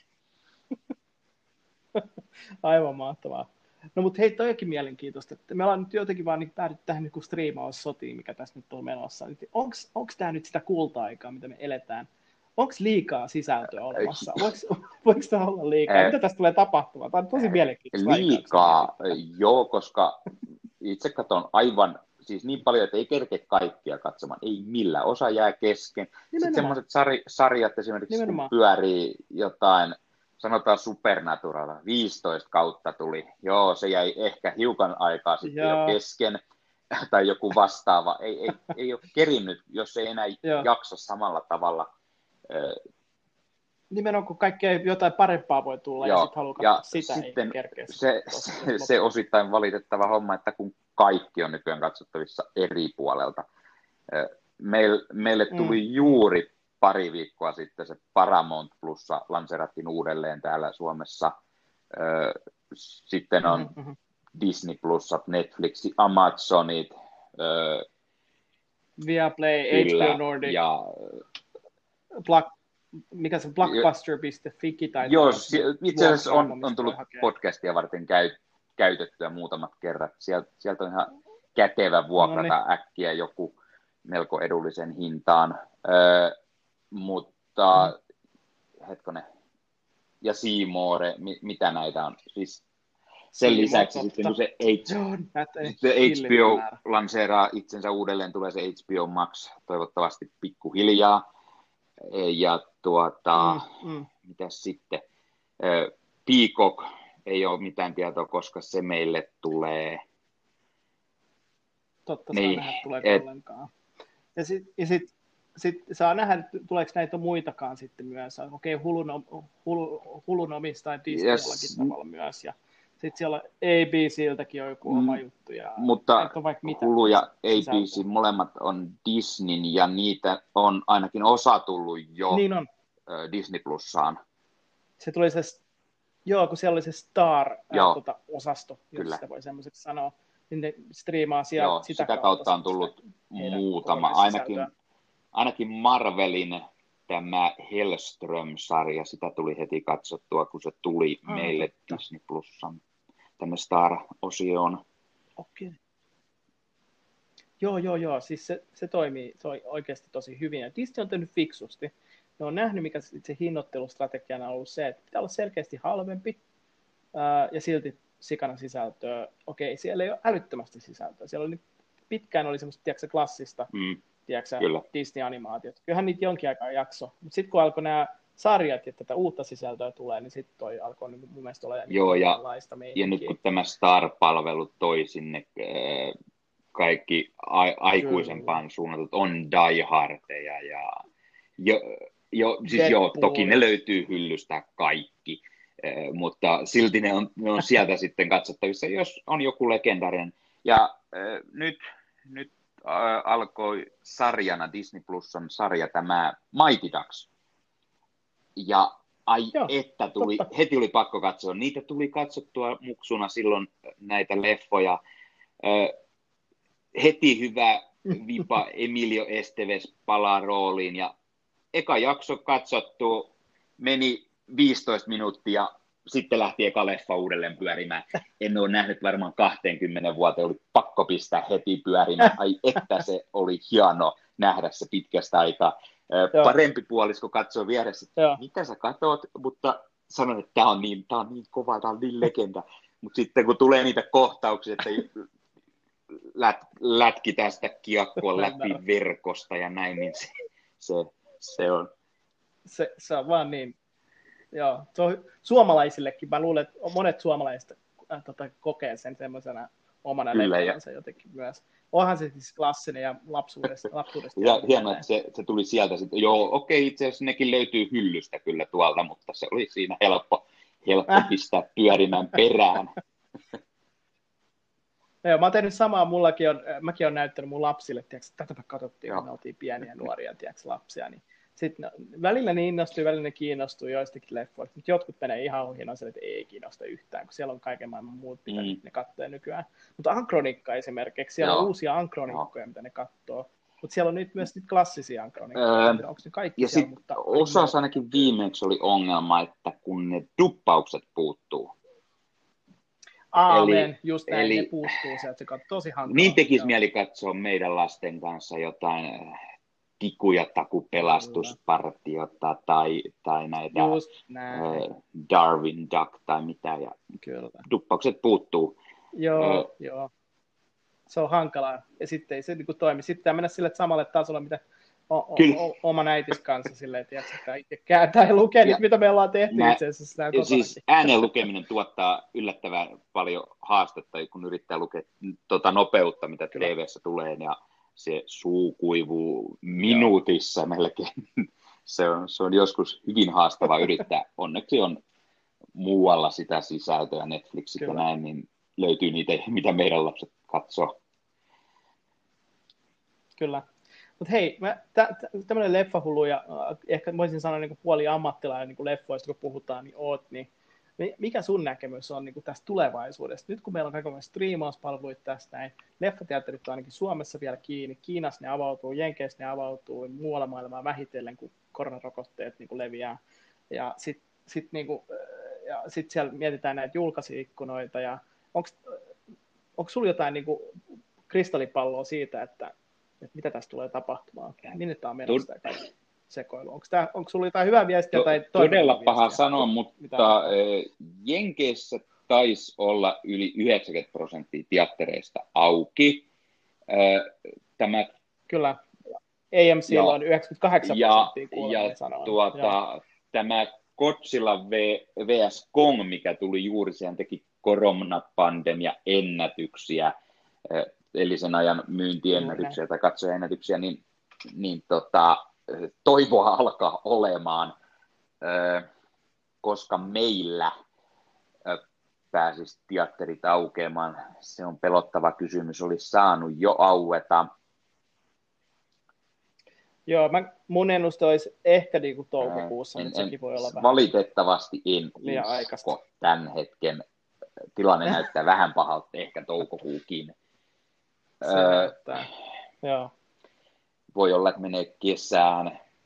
Aivan mahtavaa. No mutta hei, toi onkin mielenkiintoista. Että me ollaan nyt jotenkin vaan niin päädytty tähän niin striimaussotiin, mikä tässä nyt on menossa. Onko tämä nyt sitä kulta-aikaa, mitä me eletään? Onko liikaa sisältöä olemassa? Voiko, voiko tämä olla liikaa? Eh, Mitä tässä tulee tapahtumaan? Tämä on tosi mielenkiintoista. Liikaa, joo, koska itse katson aivan, siis niin paljon, että ei kerke kaikkia katsomaan, ei millään, osa jää kesken. Sitten Nimenomaan. semmoiset sari, sarjat esimerkiksi, Nimenomaan. kun pyörii jotain, sanotaan Supernatural, viisitoista kautta tuli, joo, se jäi ehkä hiukan aikaa sitten Joo. jo kesken, tai joku vastaava, ei, ei, ei ole kerinnyt, jos ei enää Joo. jaksa samalla tavalla. Ö, Nimenomaan, kun kaikkea jotain parempaa voi tulla Joo, ja sitten haluaa ja katsoa sitä, sitten ei kerkeä. se, se, se osittain valitettava homma, että kun kaikki on nykyään katsottavissa eri puolelta. Ö, Meil, meille tuli Mm. juuri pari viikkoa sitten se Paramount Plussa lanserattiin uudelleen täällä Suomessa. Ö, Sitten on Mhm, mhm. Disney Plusat, Netflixi, Amazonit, ö, Viaplay, H B kyllä, O Nordic, ja Black, mikä se blockbuster piste fi tai joo, itse asiassa on, on tullut podcastia varten käy, käytettyä muutamat kerrat. Sieltä, sieltä on ihan kätevä vuokrata No niin. äkkiä joku melko edullisen hintaan, öö, mutta mm. hetkonen, ja C More, mi, mitä näitä on? Siis sen C More, lisäksi totta. sitten kun se H, Joo, näitä ei sitten H B O hillitön määrä. lanseeraa itsensä uudelleen, tulee se H B O Max toivottavasti pikkuhiljaa. Ja tuota, Mm, mm. mitäs sitten? Ö, Peacock, ei ole mitään tietoa, koska se meille tulee. Totta, Niin, saa nähdä, tuleeko et- ollenkaan. Ja sitten ja sit, sit saa nähdä, että tuleeko näitä muitakaan sitten myös. Okei, Hulun, Hulu, Hulun omistaa Disneylläkin Yes. tavalla myös. Ja sitten siellä A B C:ltäkin on joku oma Mm, juttu. Ja Mutta näitä on vaikka mitä Hulu ja A B sisältöä. C molemmat on Disneyn ja niitä on ainakin osa tullut jo Niin on. ö, Disney Plussaan. Se tuli se, joo, kun siellä oli se Joo. Star-osasto, jos Kyllä. sitä voi semmoiseksi sanoa, niin ne striimaa sieltä Joo, sitä, sitä kautta on sitä tullut heidän muutama, kokonaissisältöä. ainakin, ainakin Marvelin tämä Hellström-sarja, sitä tuli heti katsottua, kun se tuli Ah, meille totta. Disney Plusan tänne Star-osioon. Okei. Joo, joo, joo. Siis se, se toimii se on oikeasti tosi hyvin. Ja Disney on tehnyt fiksusti. Ne on nähnyt, mikä se hinnoittelustrategiana on ollut se, että pitää olla selkeästi halvempi ää, ja silti sikana sisältöä. Okei, siellä ei ole älyttömästi sisältöä. Siellä oli pitkään oli semmoista, tiedätkö, klassista Mm, tiedätkö, kyllä. Disney-animaatiot. Kyllähän niitä jonkin aikaa jakso. Mutta sitten kun alkoi nämä sarjat ja tätä uutta sisältöä tulee, niin sitten toi alkoi niin mun mielestä olla Joo, ja, ja nyt kun tämä Star-palvelu toi sinne äh, kaikki a- aikuisempaan suunnatut on diehardeja ja jo, jo, siis Deadpool. joo, toki ne löytyy hyllystä kaikki, äh, mutta silti ne on, ne on sieltä sitten katsottavissa, jos on joku legendarinen. Ja äh, nyt, nyt äh, alkoi sarjana, Disney Plusan sarja, tämä Mighty Ducks. Ja ai Joo, että tuli, totta. heti oli pakko katsoa. Niitä tuli katsottua muksuna silloin näitä leffoja. Ö, heti hyvä vipa Emilio Estevez palaa rooliin ja eka jakso katsottu, meni viisitoista minuuttia, sitten lähti eka leffa uudelleen pyörimään. En ole nähnyt varmaan kaksikymmentä vuotta, oli pakko pistää heti pyörimään. Ai että se oli hieno nähdä se pitkästä aikaa. Joo. Parempi puolisko katsoo vieressä, että Joo. mitä sä katsot, mutta sanon, että tämä on niin, tää on niin kova, tämä on niin legenda. Mutta sitten kun tulee niitä kohtauksia, että lät, lätki tästä kiekkoa läpi verkosta ja näin, niin se, se, se on. Se, se on vaan niin, joo, se on suomalaisillekin, mä luulen, että monet suomalaiset äh, tota, kokee sen semmoisena omana leffansa jotenkin myös. Onhan se siis klassinen ja lapsuudesta. lapsuudesta ja hienoa, että se, se tuli sieltä sitten. Joo, okei, itse asiassa nekin löytyy hyllystä kyllä tuolta, mutta se oli siinä helppo, helppo äh. pistää pyörimään perään. Joo, mä oon tehnyt samaa, mullakin on, mäkin olen näyttänyt mun lapsille, tiiäks, tätä me katsottiin, kun me oltiin pieniä nuoria, tiiäks, lapsia, niin sitten no, välillä ne innostui, välillä ne kiinnostuu joistakin leffoista, mutta jotkut menee ihan ohi, no se, että ei kiinnosta yhtään, kun siellä on kaiken maailman muut, mitä mm. ne katsoo nykyään. Mutta Ankronikka esimerkiksi, siellä Joo. on uusia Ankronikkoja, Joo. mitä ne katsoo, mutta siellä on nyt myös niitä klassisia Ankronikkoja, öö, onko ne kaikki ja siellä, mutta... osassa ainakin viimeksi oli ongelma, että kun ne duppaukset puuttuu. Aamen, eli, just näin, eli, ne puuttuu sieltä, se on tosi hankalaa. Niin tekisi mieli katsoa meidän lasten kanssa jotain tiku- ja takupelastuspartiota tai, tai näitä äh, Darwin Duck tai mitä, ja Kyllä. duppaukset puuttuu. Joo, äh, joo. Se on hankalaa, ja sitten ei se niin kuin toimi. Sitten mennä sille samalle tasolle, mitä o- o- o- oman äitis kanssa silleen, tiedätkö, että itse kääntää ja lukee niitä, mitä me ollaan tehty mä, itse asiassa. Siis äänen lukeminen tuottaa yllättävän paljon haastetta, kun yrittää lukea tuota nopeutta, mitä T V:ssä tulee, ja se suu kuivuu minuutissa Joo. melkein. Se on, se on joskus hyvin haastava yrittää. Onneksi on muualla sitä sisältöä, Netflixit Kyllä. ja näin, niin löytyy niitä, mitä meidän lapset katsoo. Kyllä. Mutta hei, mä, tä, tä, tämmöinen leffahullu ja äh, ehkä voisin sanoa niin kuin puoli ammattilainen niin kuin leffoista, kun puhutaan, niin oot, niin mikä sun näkemys on niin kuin tästä tulevaisuudesta? Nyt kun meillä on kaikenlaisia striimauspalveluita tästä näin, leffateatterit on ainakin Suomessa vielä kiinni, Kiinassa ne avautuu, Jenkeissä ne avautuu, muualla maailmaa vähitellen, kun koronarokotteet niin kuin leviää. Ja sitten sit, niin kuin, ja sit siellä mietitään näitä julkaisiikkunoita, ja onko sulla jotain niin kuin kristallipalloa siitä, että että mitä tässä tulee tapahtumaan, minne tämä on menossa tämä kaikki sekoilu. Onko, tämä, onko sulla jotain hyvää viestiä? Tai todella paha viestiä? Sanoa, mutta Jenkeissä taisi olla yli yhdeksänkymmentä prosenttia teattereista auki. Tämä, Kyllä, A M C on yhdeksänkymmentäkahdeksan prosenttia kuuleminen sanoa. Tuota, tämä Godzilla versus Kong, mikä tuli juuri, sehän teki koronapandemia ennätyksiä, eli sen ajan myyntiennätyksiä tai katsojaennätyksiä, niin, niin tota, toivoa alkaa olemaan, koska meillä pääsisi teatterit aukeamaan. Se on pelottava kysymys, olisi saanut jo aueta. Joo, mä, mun ennuste olisi ehkä niin kuin toukokuussa, en, mutta sekin voi olla vähän. Valitettavasti en usko tämän hetken. Tilanne näyttää vähän pahalta, ehkä toukokuukin. Öö, Joo. Voi olla, että menee kesään,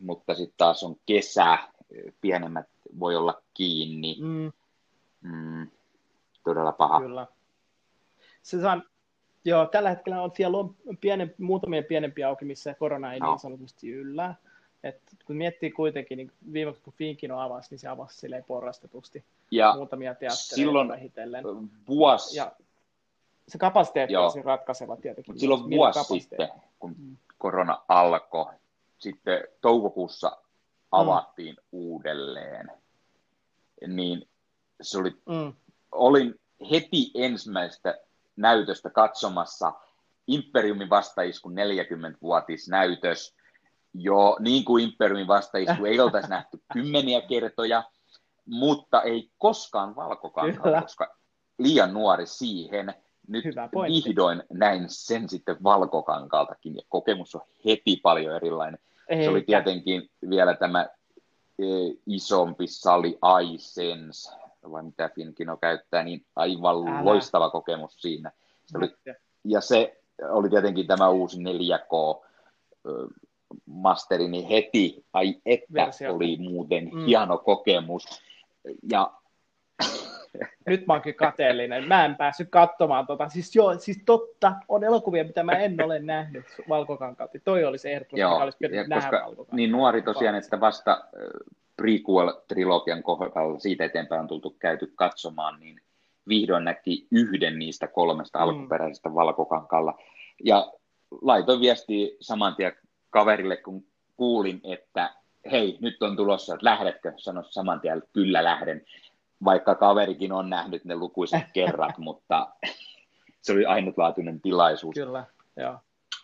mutta sitten taas on kesä, pienemmät voi olla kiinni. Mm. Mm, todella paha. Kyllä. Se saan, joo, tällä hetkellä on siellä on pienen, muutamia pienempiä auki, missä korona ei no. niin sanotusti yllä. Et kun miettii kuitenkin, niin viimeksi kun Finkino avasi, niin se avasi silleen porrastetusti ja muutamia teattereita vähitellen. Vuosi... Ja se kapasiteetti on siinä ratkaiseva tietenkin. Mut silloin vuosi sitten, kun mm. korona alkoi, sitten toukokuussa avattiin mm. uudelleen, niin se oli, mm. olin heti ensimmäistä näytöstä katsomassa Imperiumin vastaiskun neljäkymmenvuotisnäytös. Jo niin kuin Imperiumin vastaisku ei oltaisi nähty kymmeniä kertoja, mutta ei koskaan valkokankaalla, koska liian nuori siihen. Nyt vihdoin näin sen sitten valkokankaaltakin, ja kokemus on heti paljon erilainen. Eikä. Se oli tietenkin vielä tämä e, isompi sali iSense, vai mitä Finkino käyttää, niin aivan Älä. loistava kokemus siinä. Se oli, ja se oli tietenkin tämä uusi neljä K masteri, niin heti, ai että Versio. oli muuten mm. hieno kokemus. Ja nyt mä oonkin kateellinen. Mä en päässyt katsomaan tota. Siis joo, siis totta, on elokuvia, mitä mä en ole nähnyt valkokankaalta. Toi oli se ehdotus, mikä olisi pitänyt nähdä valkokankaalta. Niin nuori tosiaan, että vasta prequel-trilogian kohdalla siitä eteenpäin on tultu käyty katsomaan, niin vihdoin näki yhden niistä kolmesta mm. alkuperäisestä valkokankaalla. Ja laitoin viestiä saman tien kaverille, kun kuulin, että hei, nyt on tulossa, että lähdetkö? Sano saman tien, että kyllä lähden. Vaikka kaverikin on nähnyt ne lukuiset kerrat, mutta se oli ainutlaatuinen tilaisuus. Kyllä, joo.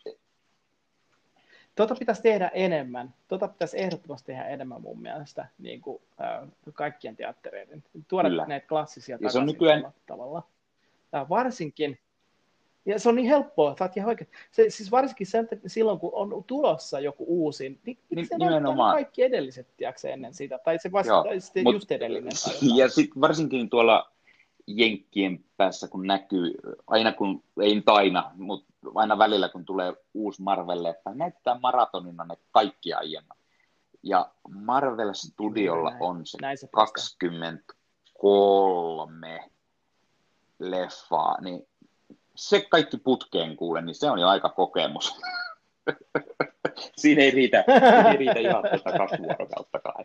Tota pitäisi tehdä enemmän. Tota pitäisi ehdottomasti tehdä enemmän mun mielestä, niin kuin äh, kaikkien teattereiden. Tuoda Kyllä. näitä klassisia takaisin nykyään tavalla. Äh, varsinkin, ja se on niin helppoa, että ihan oikein. Se, siis varsinkin sen, silloin, kun on tulossa joku uusi, niin, niin se nimenomaan kaikki edelliset, tiedätkö, ennen sitä, tai se vasta, tai sitten mut, just edellinen. Ja sitten varsinkin tuolla Jenkkien päässä, kun näkyy, aina kun, ei nyt aina, mutta aina välillä, kun tulee uusi Marvel-leffa, näyttää maratonina ne kaikki aiemmin. Ja Marvel Studiolla näin, on se, se kaksikymmentäkolme leffaa, niin se kaikki putkeen kuule, niin se on jo aika kokemus. Siinä ei riitä, ei riitä ihan tuota kaksi vuorokauttakaan.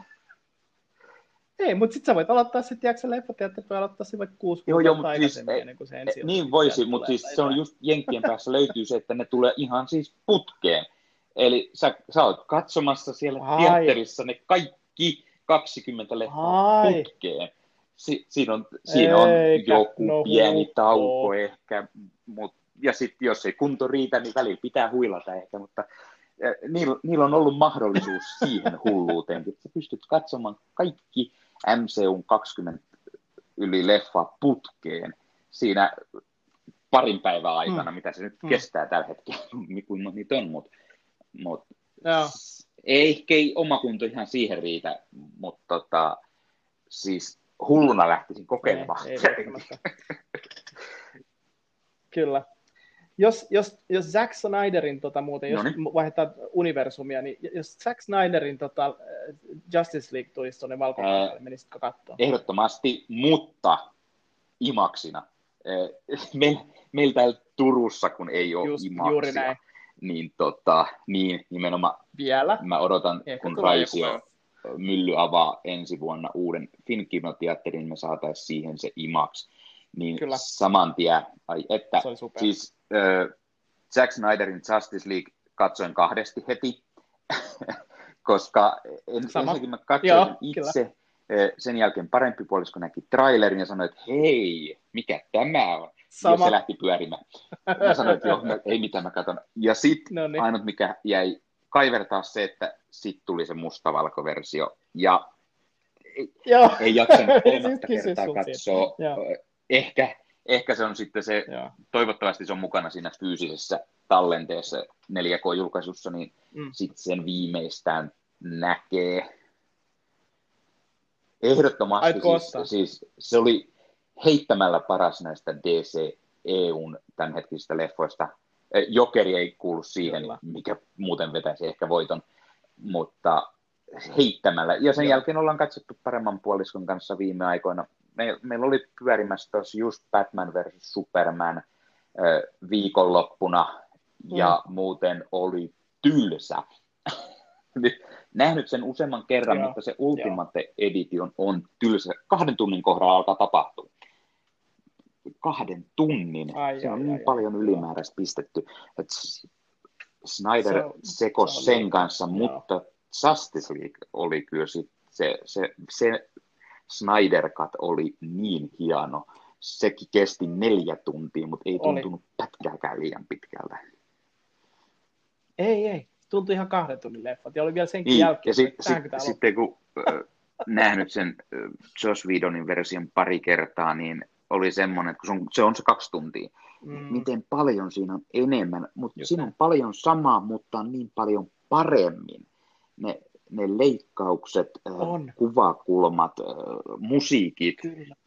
Ei, mutta sitten sä voit aloittaa sitten, tiedätkö leffateatteri voi aloittaa se vaikka kuusi vuotta aikaisemmin siis, ennen kuin se ensi Niin voisi, mutta siis se on just Jenkkien päässä löytyy se, että ne tulee ihan siis putkeen. Eli sä, sä oot katsomassa siellä Ai. teatterissa ne kaikki kaksikymmentä leffaa Ai. putkeen. Si, siinä on, siinä on joku no, pieni tauko oh. ehkä, mut, ja sitten jos ei kunto riitä, niin välillä pitää huilata ehkä, mutta äh, niillä, niillä on ollut mahdollisuus siihen hulluuteen, että sä pystyt katsomaan kaikki M C U:n kaksikymmentä yli leffaa putkeen siinä parin päivän aikana, mm. mitä se nyt mm. kestää tällä hetkellä, kuinka niitä on, mutta mut, ei ehkä ei oma kunto ihan siihen riitä, mutta tota, siis hulluna lähtisin kokeilemaan. Ei, ei Kyllä. Jos, jos, jos Zack Snyderin, tota, muuten, jos Noniin. vaihdetaan universumia, niin jos Zack Snyderin tota, Justice League tulisi tuonne valkokankalle, menisitkö katsoa? Ehdottomasti, mutta imaksina. Me, meillä täällä Turussa, kun ei ole Just, imaksia, niin, tota, niin nimenomaan Vielä? mä odotan, Ehkä kun Raisio Mylly avaa ensi vuonna uuden Finkino-teatterin, niin me saataisiin siihen se IMAX. Niin Kyllä. saman tien, ai että, siis äh, Zack Snyderin Justice League katsoin kahdesti heti, koska en, ensinnäkin mä katsoin Joo, itse, äh, sen jälkeen parempi puolisko näki trailerin ja sanoi, että hei, mikä tämä on? Sama. Ja se lähti pyörimään. Mä sanoin, että joo, ei mitään mä katson. Ja sitten no niin. ainut mikä jäi kaivertaa se, että sitten tuli se mustavalkoversio, ja ei, ei jaksanut kolmatta kertaa katsoa. Ehkä, ehkä se on sitten se, Joo. toivottavasti se on mukana siinä fyysisessä tallenteessa neljä K-julkaisussa, niin mm. sitten sen viimeistään näkee. Ehdottomasti siis, siis se oli heittämällä paras näistä D C E U:n tämänhetkisistä leffoista. Jokeri ei kuulu siihen, Kyllä. mikä muuten vetäisi ehkä voiton. mutta heittämällä. Ja sen Joo. jälkeen ollaan katsottu paremman puoliskon kanssa viime aikoina. Me, meillä oli pyörimässä tuossa just Batman versus Superman äh, viikonloppuna, ja mm. muuten oli tylsä. Nähnyt sen useamman kerran, Joo. mutta se Ultimate Joo. Edition on tylsä. Kahden tunnin kohdalla alkaa tapahtua. Kahden tunnin. Ai, se on ai, niin ai, paljon ai, ylimääräistä joo. pistetty. Et Snyder sekosi se sen kanssa, joo. mutta Justice League oli kyllä sit se, se, se Snyder Cut oli niin hieno. Sekin kesti neljä tuntia, mutta ei tuntunut oli. pätkääkään liian pitkältä. Ei, ei. Tuntui ihan kahden tunnin leffat. Ja oli vielä senkin niin, jälkeen. Ja sit, sit, sitten kun äh, nähnyt sen äh, Joss Whedonin version pari kertaa, niin oli semmoinen, että kun se on se, on se kaksi tuntia, mm. miten paljon siinä on enemmän. Mutta siinä on paljon samaa, mutta on niin paljon paremmin. Ne, ne leikkaukset, äh, kuvakulmat, äh, musiikit. Kyllä.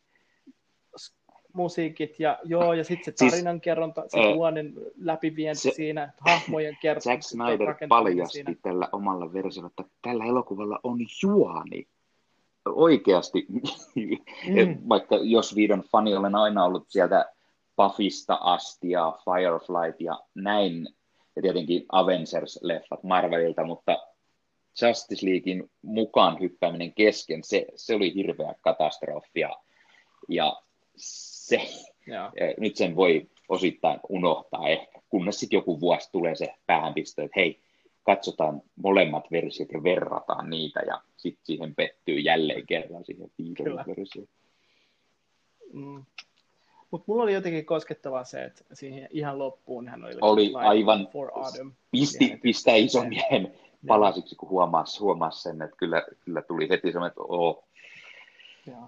Musiikit ja joo, ja sitten se tarinankerronta, siis, se tuonen läpivienti se, siinä, hahmojen kerta. Zack Snyder paljasti siinä. Tällä omalla versiolla, että tällä elokuvalla on juoni. Oikeasti, mm. vaikka jos Whedon fani olen aina ollut sieltä Buffysta asti ja Fireflight ja näin, ja tietenkin Avengers-leffat Marvelilta, mutta Justice Leaguein mukaan hyppääminen kesken, se, se oli hirveä katastrofi. Ja, ja se, nyt sen voi osittain unohtaa ehkä, kunnes sitten joku vuosi tulee se päähänpistö, että hei, katsotaan molemmat versiot ja verrataan niitä, ja sitten siihen pettyy jälleen kerran siihen viidon versioon. Mm. Mutta mulla oli jotenkin koskettavaa se, että siihen ihan loppuun hän oli, oli aivan, for Adam, pisti, pistää ison miehen palasiksi, kun huomasi, huomasi sen, että kyllä, kyllä tuli heti semmoinen, että oo. Joo.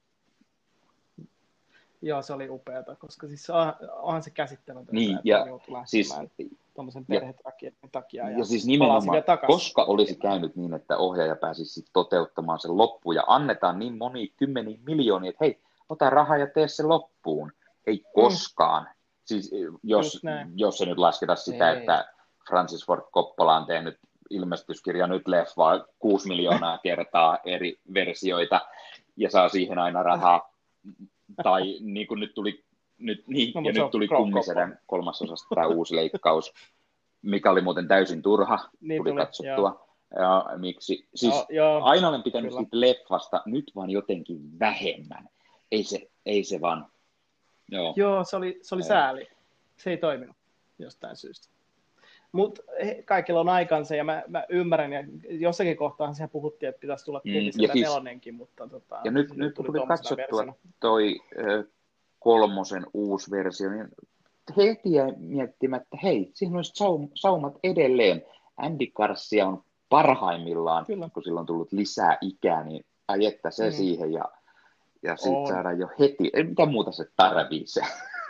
Joo, se oli upeata, koska siis onhan se käsittämätöntä, niin, että ja joutuu siis, tuommoisen perhetragedian takia. Ja, ja siis nimenomaan, koska olisi käynyt niin, että ohjaaja pääsisi toteuttamaan sen loppuun ja annetaan niin moni kymmeniä miljoonia, että hei, ota rahaa ja tee se loppuun. Ei koskaan. Mm. Siis jos, jos se nyt lasketa sitä, ei. Että Francis Ford Coppola on tehnyt ilmestyskirja nyt leffaa kuusi miljoonaa kertaa eri versioita ja saa siihen aina rahaa. Tai niin kuin nyt tuli, nyt, niin, no, ja nyt tuli Kummisedän kolmasosasta tämä uusi leikkaus, mikä oli muuten täysin turha, niin tuli, tuli katsottua. Ja, miksi? Siis no, joo, aina olen pitänyt kyllä. Siitä leffasta, nyt vaan jotenkin vähemmän. Ei se, ei se vaan. Joo, joo se oli, se oli sääli. Se ei toiminut jostain syystä. Mutta kaikilla on aikansa, ja mä, mä ymmärrän, ja jossakin kohtaan siellä puhuttiin, että pitäisi tulla Kummisedän mm, siis, nelonenkin, mutta tota, ja nyt, nyt tuli, tuli katsottua versiona. Toi äh, kolmosen uusi versio, niin heti jäi miettimättä, hei, siinä olisi saum, saumat edelleen. Andy Garcia on parhaimmillaan, Kyllä. kun sillä on tullut lisää ikää, niin ajetta se mm. siihen, ja, ja sitten saadaan jo heti, ei mitä muuta se tarvitsee.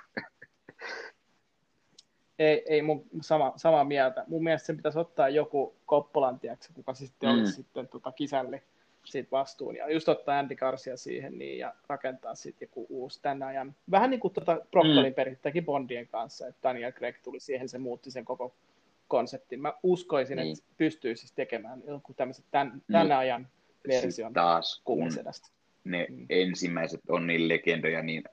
Ei, ei mun sama, samaa mieltä. Mun mielestä sen pitäisi ottaa joku Coppolan, tiedätkö, kuka sitten mm. olisi sitten tota, kisälli siitä vastuun. Ja just ottaa Andy Garcia siihen niin, ja rakentaa sitten joku uusi tämän ajan. Vähän niin kuin tuota Broccolin mm. perittäkin Bondien kanssa, että Daniel Craig tuli siihen, se muutti sen koko konseptin. Mä uskoisin, niin. että pystyisi siis tekemään joku tämmöisen tämän, tämän no, ajan version taas, kun ne mm. ensimmäiset on niin legendoja, niin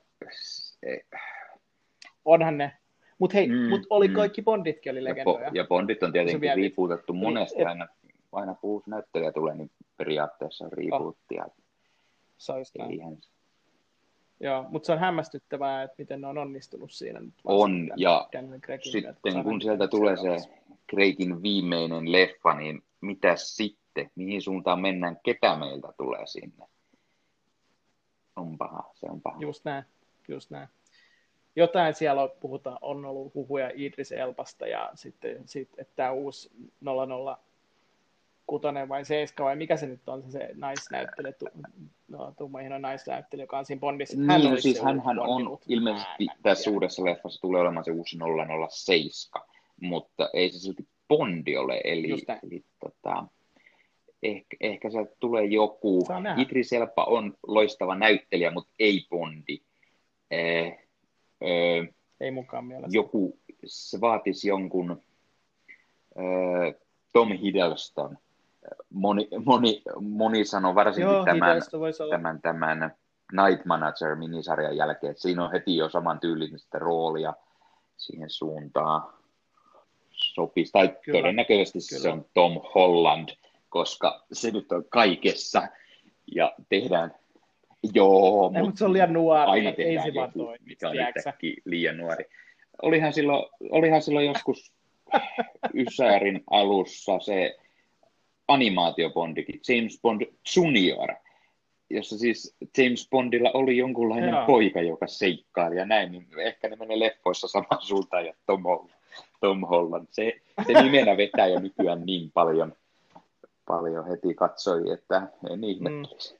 onhan ne. Mutta hei, mm, mut oli kaikki Bonditkin oli legendoja. Ja, po- ja Bondit on tietenkin rebootattu monesti, aina, aina kun uusi näyttelijä tulee, niin periaatteessa on rebootia. Oh. Se olisi Joo, mutta se on hämmästyttävää, että miten ne on onnistunut siinä. Nyt on, ja sitten kun sieltä tulee se Craigin viimeinen leffa, niin mitä sitten? Mihin suuntaan mennään? Ketä meiltä tulee sinne? On paha, se on paha. Just näin, just näin. Jotain siellä on, puhutaan, on ollut huhuja Idris Elbasta ja sitten, sit, että tämä uusi nolla nolla kuusi vai seitsemän vai mikä se nyt on, se, se naisnäyttelijä, tu, no, tummaihin naisnäyttelijä, joka on siinä Bondissa. Hän niin, siis hänhän on Bondi, ilmeisesti tässä uudessa leffassa tulee olemaan se uusi nolla nolla seitsemän, mutta ei se silti Bondi ole, eli, eli tota, ehkä, ehkä sieltä tulee joku, Idris Elba on loistava näyttelijä, mutta ei Bondi. Eh, Öö, ei mukaan mielestä. Joku, se vaatisi jonkun öö, Tom Hiddleston. Moni, moni, moni sanoo varsinkin Joo, tämän, tämän, tämän Night Manager-minisarjan jälkeen, että siinä on heti jo saman tyylistä roolia siihen suuntaan sopisi. Tai kyllä, todennäköisesti kyllä. Se on Tom Holland, koska se nyt on kaikessa ja tehdään, joo, ei, mutta se on liian nuori, aina tehdään ei joku, toi, mikä on yhtäkkiä liian nuori. Olihan silloin, olihan silloin joskus Ysärin alussa se animaatiobondikin, James Bond Junior, jossa siis James Bondilla oli jonkunlainen Jaa. poika, joka seikkaili ja näin, niin ehkä ne menee leffoissa samaan suuntaan ja Tom Holland. Tom Holland. Se, se nimenä vetää jo nykyään niin paljon, paljon heti katsoi, että en ihmettelisi. Mm.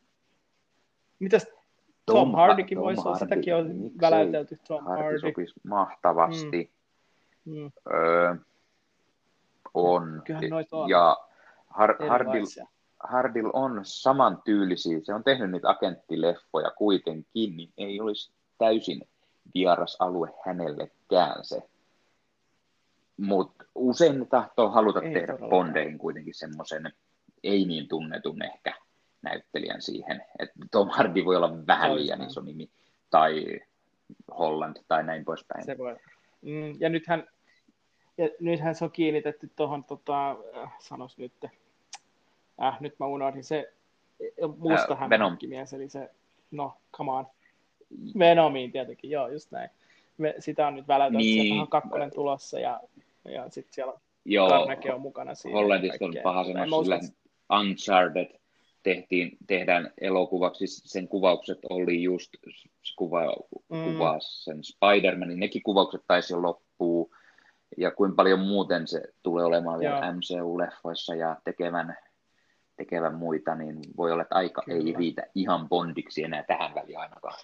Mitäs Tom, Tom Hardykin voisi olla? Sitäkin on Miksei? väläytelty Tom Hardy. Hardy sopisi mahtavasti. Mm. Mm. Öö, on. on. Ja Har- Hardil, Hardil on samantyylisiä. Se on tehnyt niitä agenttileffoja kuitenkin, niin ei olisi täysin vieras alue hänellekään se. Mutta usein ne tahtoo haluta ei tehdä Bondeihin kuitenkin semmoisen ei niin tunnetun ehkä näyttelijän siihen. Et Tom Hardy voi olla vähän liian iso nimi, tai Holland, tai näin poispäin. Se voi. Mm, ja nythän, ja nythän se on kiinnitetty tuohon, tota, äh, sanos nyt, äh, nyt mä unohdin, se musta äh, hämähäkkimies, eli se, no, come on, Venomiin tietenkin, joo, just näin. Me, sitä on nyt väläytelty, niin, sieltä on kakkonen tulossa, ja ja sitten siellä Carnage on mukana siinä. Hollandista on paha sanoa, sillä Uncharted tehtiin, tehdään elokuvaksi, sen kuvaukset oli just, kuva, mm. kuvaa sen Spider-Manin, nekin kuvaukset taisi jo loppuu, ja kuinka paljon muuten se tulee olemaan vielä M C U-leffoissa ja tekevän, tekevän muita, niin voi olla, että aika Kyllä. ei riitä ihan Bondiksi enää tähän väliin ainakaan.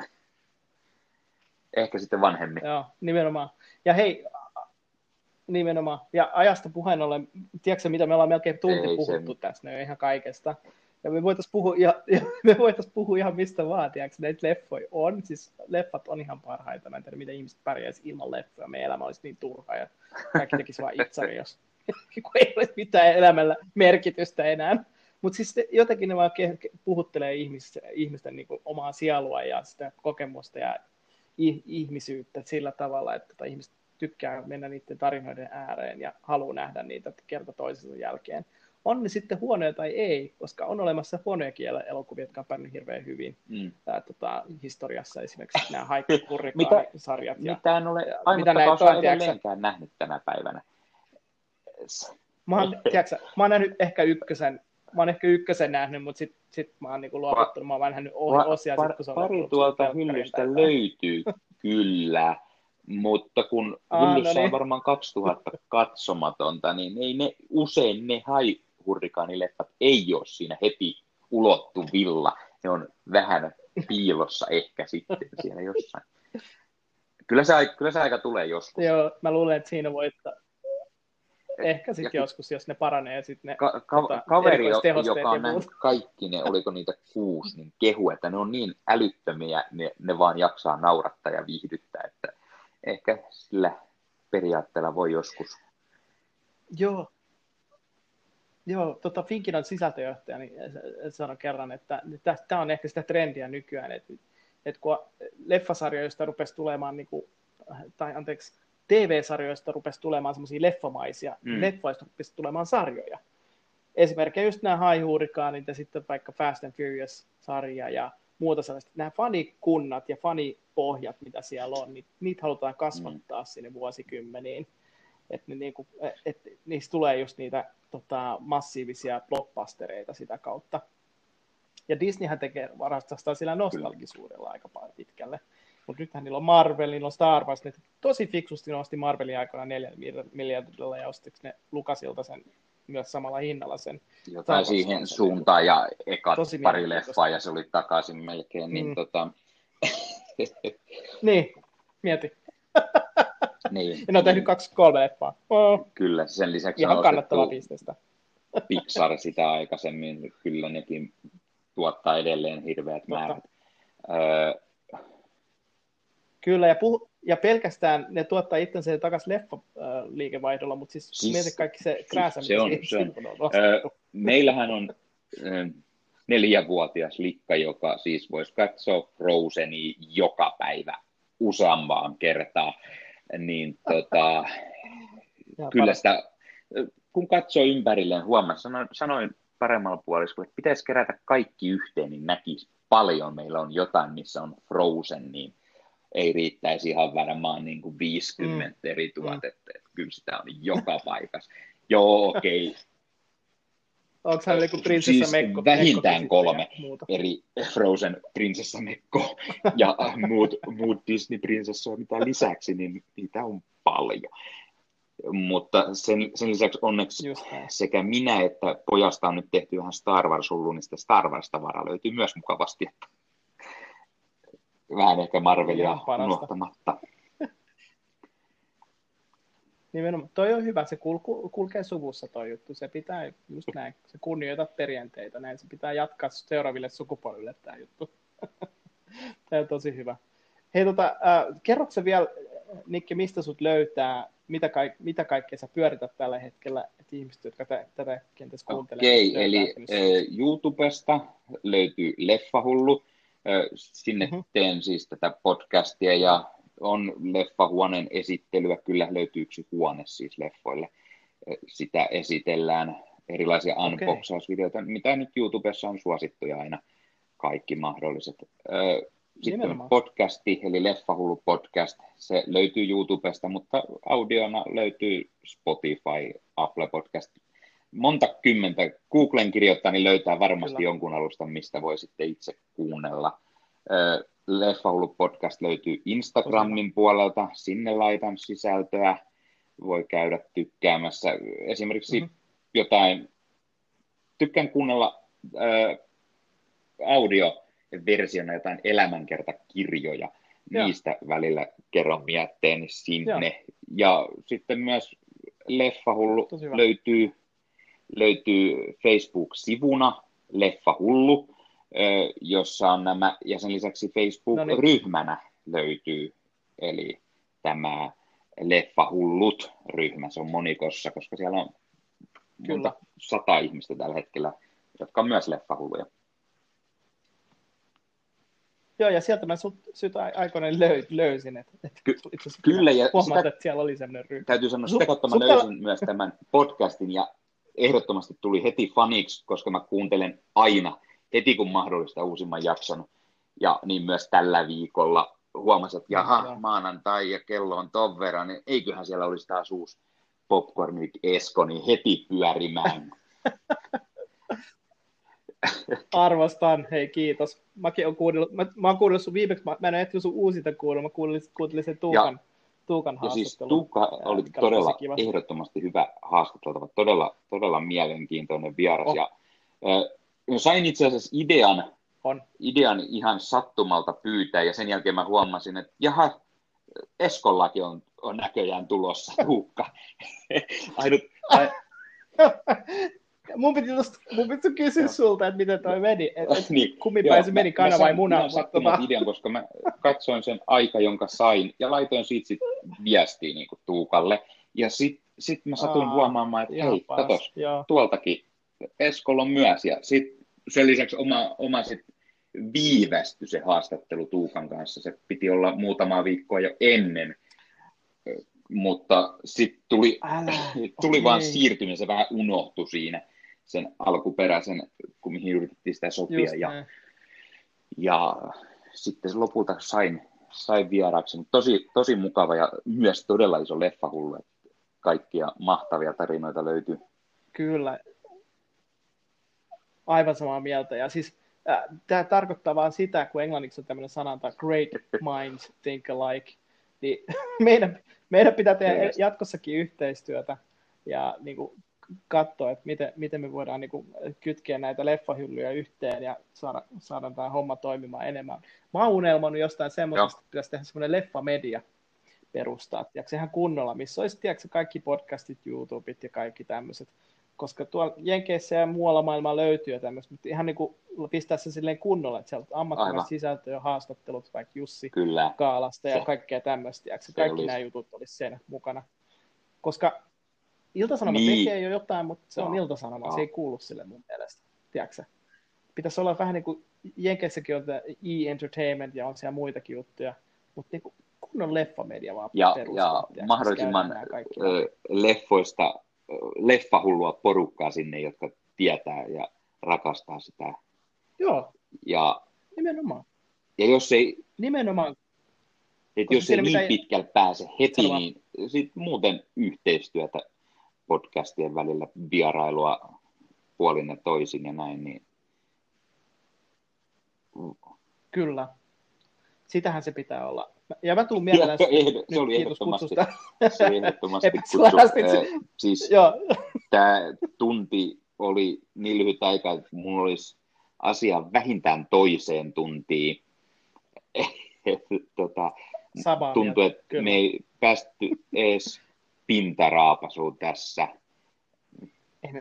Ehkä sitten vanhemmin. Joo, nimenomaan. Ja hei, nimenomaan. Ja ajasta puheen ollen, tiedätkö mitä me ollaan melkein tunti Ei, puhuttu se... tässä, ne ihan kaikesta. Ja me voitaisiin puhua, ja, ja me voitais puhua ihan mistä vaan, tiedätkö, näitä leffoja on. Siis leffat on ihan parhaita. Mä en tiedä, miten ihmiset pärjäisi ilman leffoja. Meidän elämä olisi niin turha, ja kaikki tekisi vaan itsari, jos kun ei ole mitään elämällä merkitystä enää. Mutta siis jotenkin ne vaan puhuttelee ihmisten, ihmisten niin kuin omaa sielua ja sitä kokemusta ja ihmisyyttä sillä tavalla, että ihmiset tykkää mennä niiden tarinoiden ääreen ja haluaa nähdä niitä kerta toisensa jälkeen. On ne sitten huonoja tai ei, koska on olemassa huonojakin elokuvia, jotka on pärnyt hirveän hyvin mm. Tää, tota, historiassa, esimerkiksi nämä Haiku-Hurrikaani-sarjat. Mitä, mitä en ole ainuttakaan osaa edelleenkään nähnyt tänä päivänä. Mä oon, tiiäksä, mä oon nähnyt ehkä ykkösen, mä oon ehkä ykkösen nähnyt, mutta sit, sit mä oon niinku luovuttanut, mä oon vaan nähnyt osia. Par, sit, kun se on pari tuolta hyllystä löytyy, kyllä. Mutta kun hyllyssä no niin. on varmaan kaksituhatta katsomatonta, niin ei ne, usein ne Haiku-Hurrikaani-leffat ei ole siinä heti ulottuvilla. Ne on vähän piilossa ehkä sitten siellä jossain. Kyllä se, kyllä se aika tulee joskus. Joo, mä luulen, että siinä voittaa. Ehkä sitten joskus, jos ne paranee. Sit ne, ka- ka- tota, kaveri, joka on nähnyt kaikki ne, oliko niitä kuusi, niin kehu, että ne on niin älyttömiä, ne, ne vaan jaksaa naurattaa ja viihdyttää, että ehkä sillä periaatteella voi joskus. Joo. Joo, tota Finkinan sisältöjohtaja niin sanoi kerran, että tämä on ehkä sitä trendiä nykyään, että, että kun leffasarjoista rupesi tulemaan, niin kuin, tai anteeksi, T V-sarjoista rupesi tulemaan semmoisia leffamaisia, mm. leffoista rupesi tulemaan sarjoja. Esimerkiksi just nämä High-Hurrikanit ja sitten vaikka Fast and Furious-sarja ja muuta sellaista. Nämä fanikunnat ja fanipohjat, mitä siellä on, niin niitä halutaan kasvattaa mm. sinne vuosikymmeniin. Että ne, niinku, et, niistä tulee just niitä tota, massiivisia blockbustereita sitä kautta. Ja Disneyhän tekee varastaa sillä nostalgisuudella aika paljon pitkälle. Mutta nythän niillä on Marvel, niillä on Star Wars, ne tosi fiksusti nosti Marvelin aikana neljä miljardilla ja ostiko ne Lucasilta sen myös samalla hinnalla sen. Jotain siihen suuntaan ja ekat tosi pari leffaa ja se oli takaisin melkein. Niin, mm. tota... niin mieti. Niin. Ja ne on tehnyt kaksi kolme leffaa. Oh. Kyllä, sen lisäksi ihan kannattavaa bisnestä. Pixar sitä aikaisemmin, kyllä nekin tuottaa edelleen hirveät määrät. Öö, Kyllä, ja, puh- ja pelkästään ne tuottaa itsensä takaisin leffa-liikevaihdolla, mutta siis, siis mieti kaikki se krääsä, se on, se on. on ö, meillähän on ö, neljävuotias likka, joka siis voisi katsoa Frozenia joka päivä useampaan kertaan, niin tota, kyllä sitä, kun katsoo ympärilleen huomassa, sanoin, sanoin paremmalla puoliskolla, että pitäisi kerätä kaikki yhteen, niin näkisi paljon. Meillä on jotain, missä on Frozen, niin ei riittäisi ihan varmaan niin kuin viisikymmentä mm. eri tuotetta. Mm. Kyllä sitä on joka paikassa. Joo, okei. Okay. Onko hän joku prinsessa siis Mekko? Vähintään Mekko kolme eri Frozen prinsessa Mekko ja muut, muut Disney-prinsessoja, mitä lisäksi, niin niitä on paljon. Mutta sen, sen lisäksi onneksi sekä minä että pojasta on nyt tehty vähän Star Wars-hullu, niin sitä Star Wars-tavaraa löytyy myös mukavasti. Vähän ehkä Marvelia unohtamatta. Nimenomaan. Toi on hyvä, se kul- kulkee suvussa toi juttu, se pitää just näin, se kunnioitat perinteitä, näin se pitää jatkaa seuraaville sukupolville tämä juttu. Tämä on tosi hyvä. Hei, tota, äh, kerrotko vielä, Nikke, mistä sut löytää, mitä, kaik- mitä kaikkea sä pyörität tällä hetkellä, että ihmiset, jotka t- tätä kenties kuuntelee. Okei, okay, eli äh, YouTubesta löytyy Leffahullu, äh, sinne mm-hmm. teen siis tätä podcastia ja on leffahuoneen esittelyä, kyllä löytyy yksi huone siis leffoille. Sitä esitellään erilaisia unboxausvideoita, okay. mitä nyt YouTubessa on suosittuja aina kaikki mahdolliset. Sitten Nimenomaan. Podcasti, eli Leffahullu podcast, se löytyy YouTubesta, mutta audiona löytyy Spotify, Apple Podcast. Monta kymmentä, Googlen kirjoittaa, niin löytää varmasti kyllä. jonkun alustan, mistä voi sitten itse kuunnella. Leffahullu podcast löytyy Instagramin puolelta, sinne laitan sisältöä, voi käydä tykkäämässä. Esimerkiksi mm-hmm. jotain, tykkään kuunnella ää, audioversiona jotain elämänkertakirjoja, ja. niistä välillä kerron mietteeni sinne. Ja, ja sitten myös Leffahullu löytyy, löytyy Facebook-sivuna Leffahullu, jossa on nämä, ja sen lisäksi Facebook-ryhmänä löytyy, eli tämä Leffahullut-ryhmä, se on monikossa, koska siellä on monta sata ihmistä tällä hetkellä, jotka on myös leffahulluja. Joo, ja sieltä mä sut, sut aikoinaan löy, löysin, että et, Ky- kyllä, ja huomaat, sitä, että siellä oli sellainen ryhmä. Täytyy sanoa, sitä kautta mä löysin täällä... myös tämän podcastin, ja ehdottomasti tuli heti faniksi, koska mä kuuntelen aina, heti kun mahdollista uusimman jakson, ja niin myös tällä viikolla huomasin, että jaha, ja. maanantai ja kello on ton verran, niin eiköhän siellä olisi taas uusi Popcorn Week Esko, niin heti pyörimään. Arvostan, hei kiitos. Mäkin olen kuunnellut, mä, mä oon kuunnellut sun viimeksi, mä, mä en ole ehtinyt sun uusinta kuunnella, mä kuuntelin, kuuntelin sen Tuukan, ja, Tuukan haastattelun. Ja siis Tuukka oli todella ehdottomasti hyvä haastatteltava, todella, todella mielenkiintoinen vieras. Oh. Ja, äh, sain itse asiassa idean, on. idean ihan sattumalta pyytää, ja sen jälkeen mä huomasin, että jaha, Eskollakin on, on näköjään tulossa Tuukka. Ainut, a... Mun piti, tosta, mun piti kysyä sulta, että miten toi meni, että et, niin, kummin päin se meni, kana vai muna. Mä sain tota... idean, koska mä katsoin sen aika, jonka sain, ja laitoin siitä sit viestiä niin kuin Tuukalle, ja sit, sit mä satuin Aa, huomaamaan, että hei, katos, joo. tuoltakin Eskolla on myös, ja sit sen lisäksi oma, oma sit viivästyi se haastattelu Tuukan kanssa, se piti olla muutamaa viikkoa jo ennen, mutta sitten tuli, tuli okay. vaan siirtyminen, se vähän unohtui siinä sen alkuperäisen, kun mihin yritettiin sitä sopia. Ja, ja sitten lopulta sain, sain vieraaksi. Tosi, tosi mukava ja myös todella iso leffahullu. Kaikkia mahtavia tarinoita löytyy. Kyllä. Aivan samaa mieltä. Ja siis äh, tämä tarkoittaa vaan sitä, kun englanniksi on tämmöinen sananta great minds think alike, niin meidän, meidän pitää tehdä jatkossakin yhteistyötä ja niin kuin, katsoa, että miten, miten me voidaan niin kuin, kytkeä näitä leffahyllyjä yhteen ja saada, saada tämä homma toimimaan enemmän. Mä oon unelmoinut jostain semmoisesta, että pitäisi tehdä semmoinen leffamedia. perustaa, tiedätkö, sehän kunnolla, missä olisi, tiedätkö, kaikki podcastit, YouTubet ja kaikki tämmöiset, koska tuolla Jenkeissä ja muualla maailmaa löytyy jo tämmöistä, mutta ihan niin kuin pistää se silleen kunnolla, että siellä on ammattimaista sisältöä ja haastattelut, vaikka Jussi Kyllä. Kaalasta ja Se, kaikkea tämmöistä, tiedätkö, kaikki olisi. nämä jutut olisi siinä mukana, koska Ilta-Sanoma niin. tekee jo jotain, mutta se Joo. on Ilta-Sanoma, Joo. se ei kuulu sille mun mielestä, tiedätkö. Pitäisi olla vähän niin kuin Jenkeissäkin on E-Entertainment ja on siellä muitakin juttuja, mutta niin kuin kunnon leffamedia vaan ja, perustaa. Ja mahdollisimman ö, leffoista, leffahullua porukkaa sinne, jotka tietää ja rakastaa sitä. Joo, ja, nimenomaan. Ja jos ei, nimenomaan. Et jos ei niin mitä... pitkälle pääse heti, Sanomaan. niin sit muuten yhteistyötä podcastien välillä, vierailua puolin ja toisin ja näin. Niin... Kyllä. Sitähän se pitää olla. Ja mä tuun mielelläni. Se oli ehdottomasti, se oli ehdottomasti kutsu. Äh, siis Joo. Tämä tunti oli niin lyhyt aika, että mulla olisi asia vähintään toiseen tuntiin. tota, tuntuu, että kyllä. Me ei päästy edes pintaraapasuun tässä. Ei,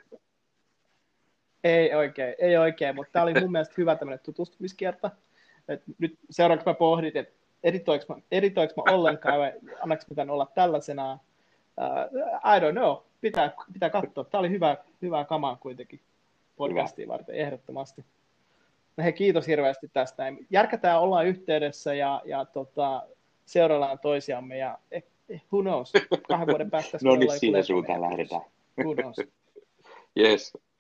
ei oikein, ei oikein, mutta tämä oli mun mielestä hyvä tämmöinen tutustumiskierta. Et nyt seuraavaksi mä pohdin, että editoinko mä, editoinko mä ollenkaan vai annaks mä tämän olla tällaisenaan. Uh, I don't know, pitää, pitää katsoa. Tämä oli hyvä, hyvää kamaa kuitenkin podcastiin varten, ehdottomasti. No hei, kiitos hirveästi tästä. Järkätään, ollaan yhteydessä ja, ja tota, seuraillaan toisiamme ja eh, who knows, kahden vuoden päästä. No niin, siihen suuntaan lähdetään. Who knows. Yes.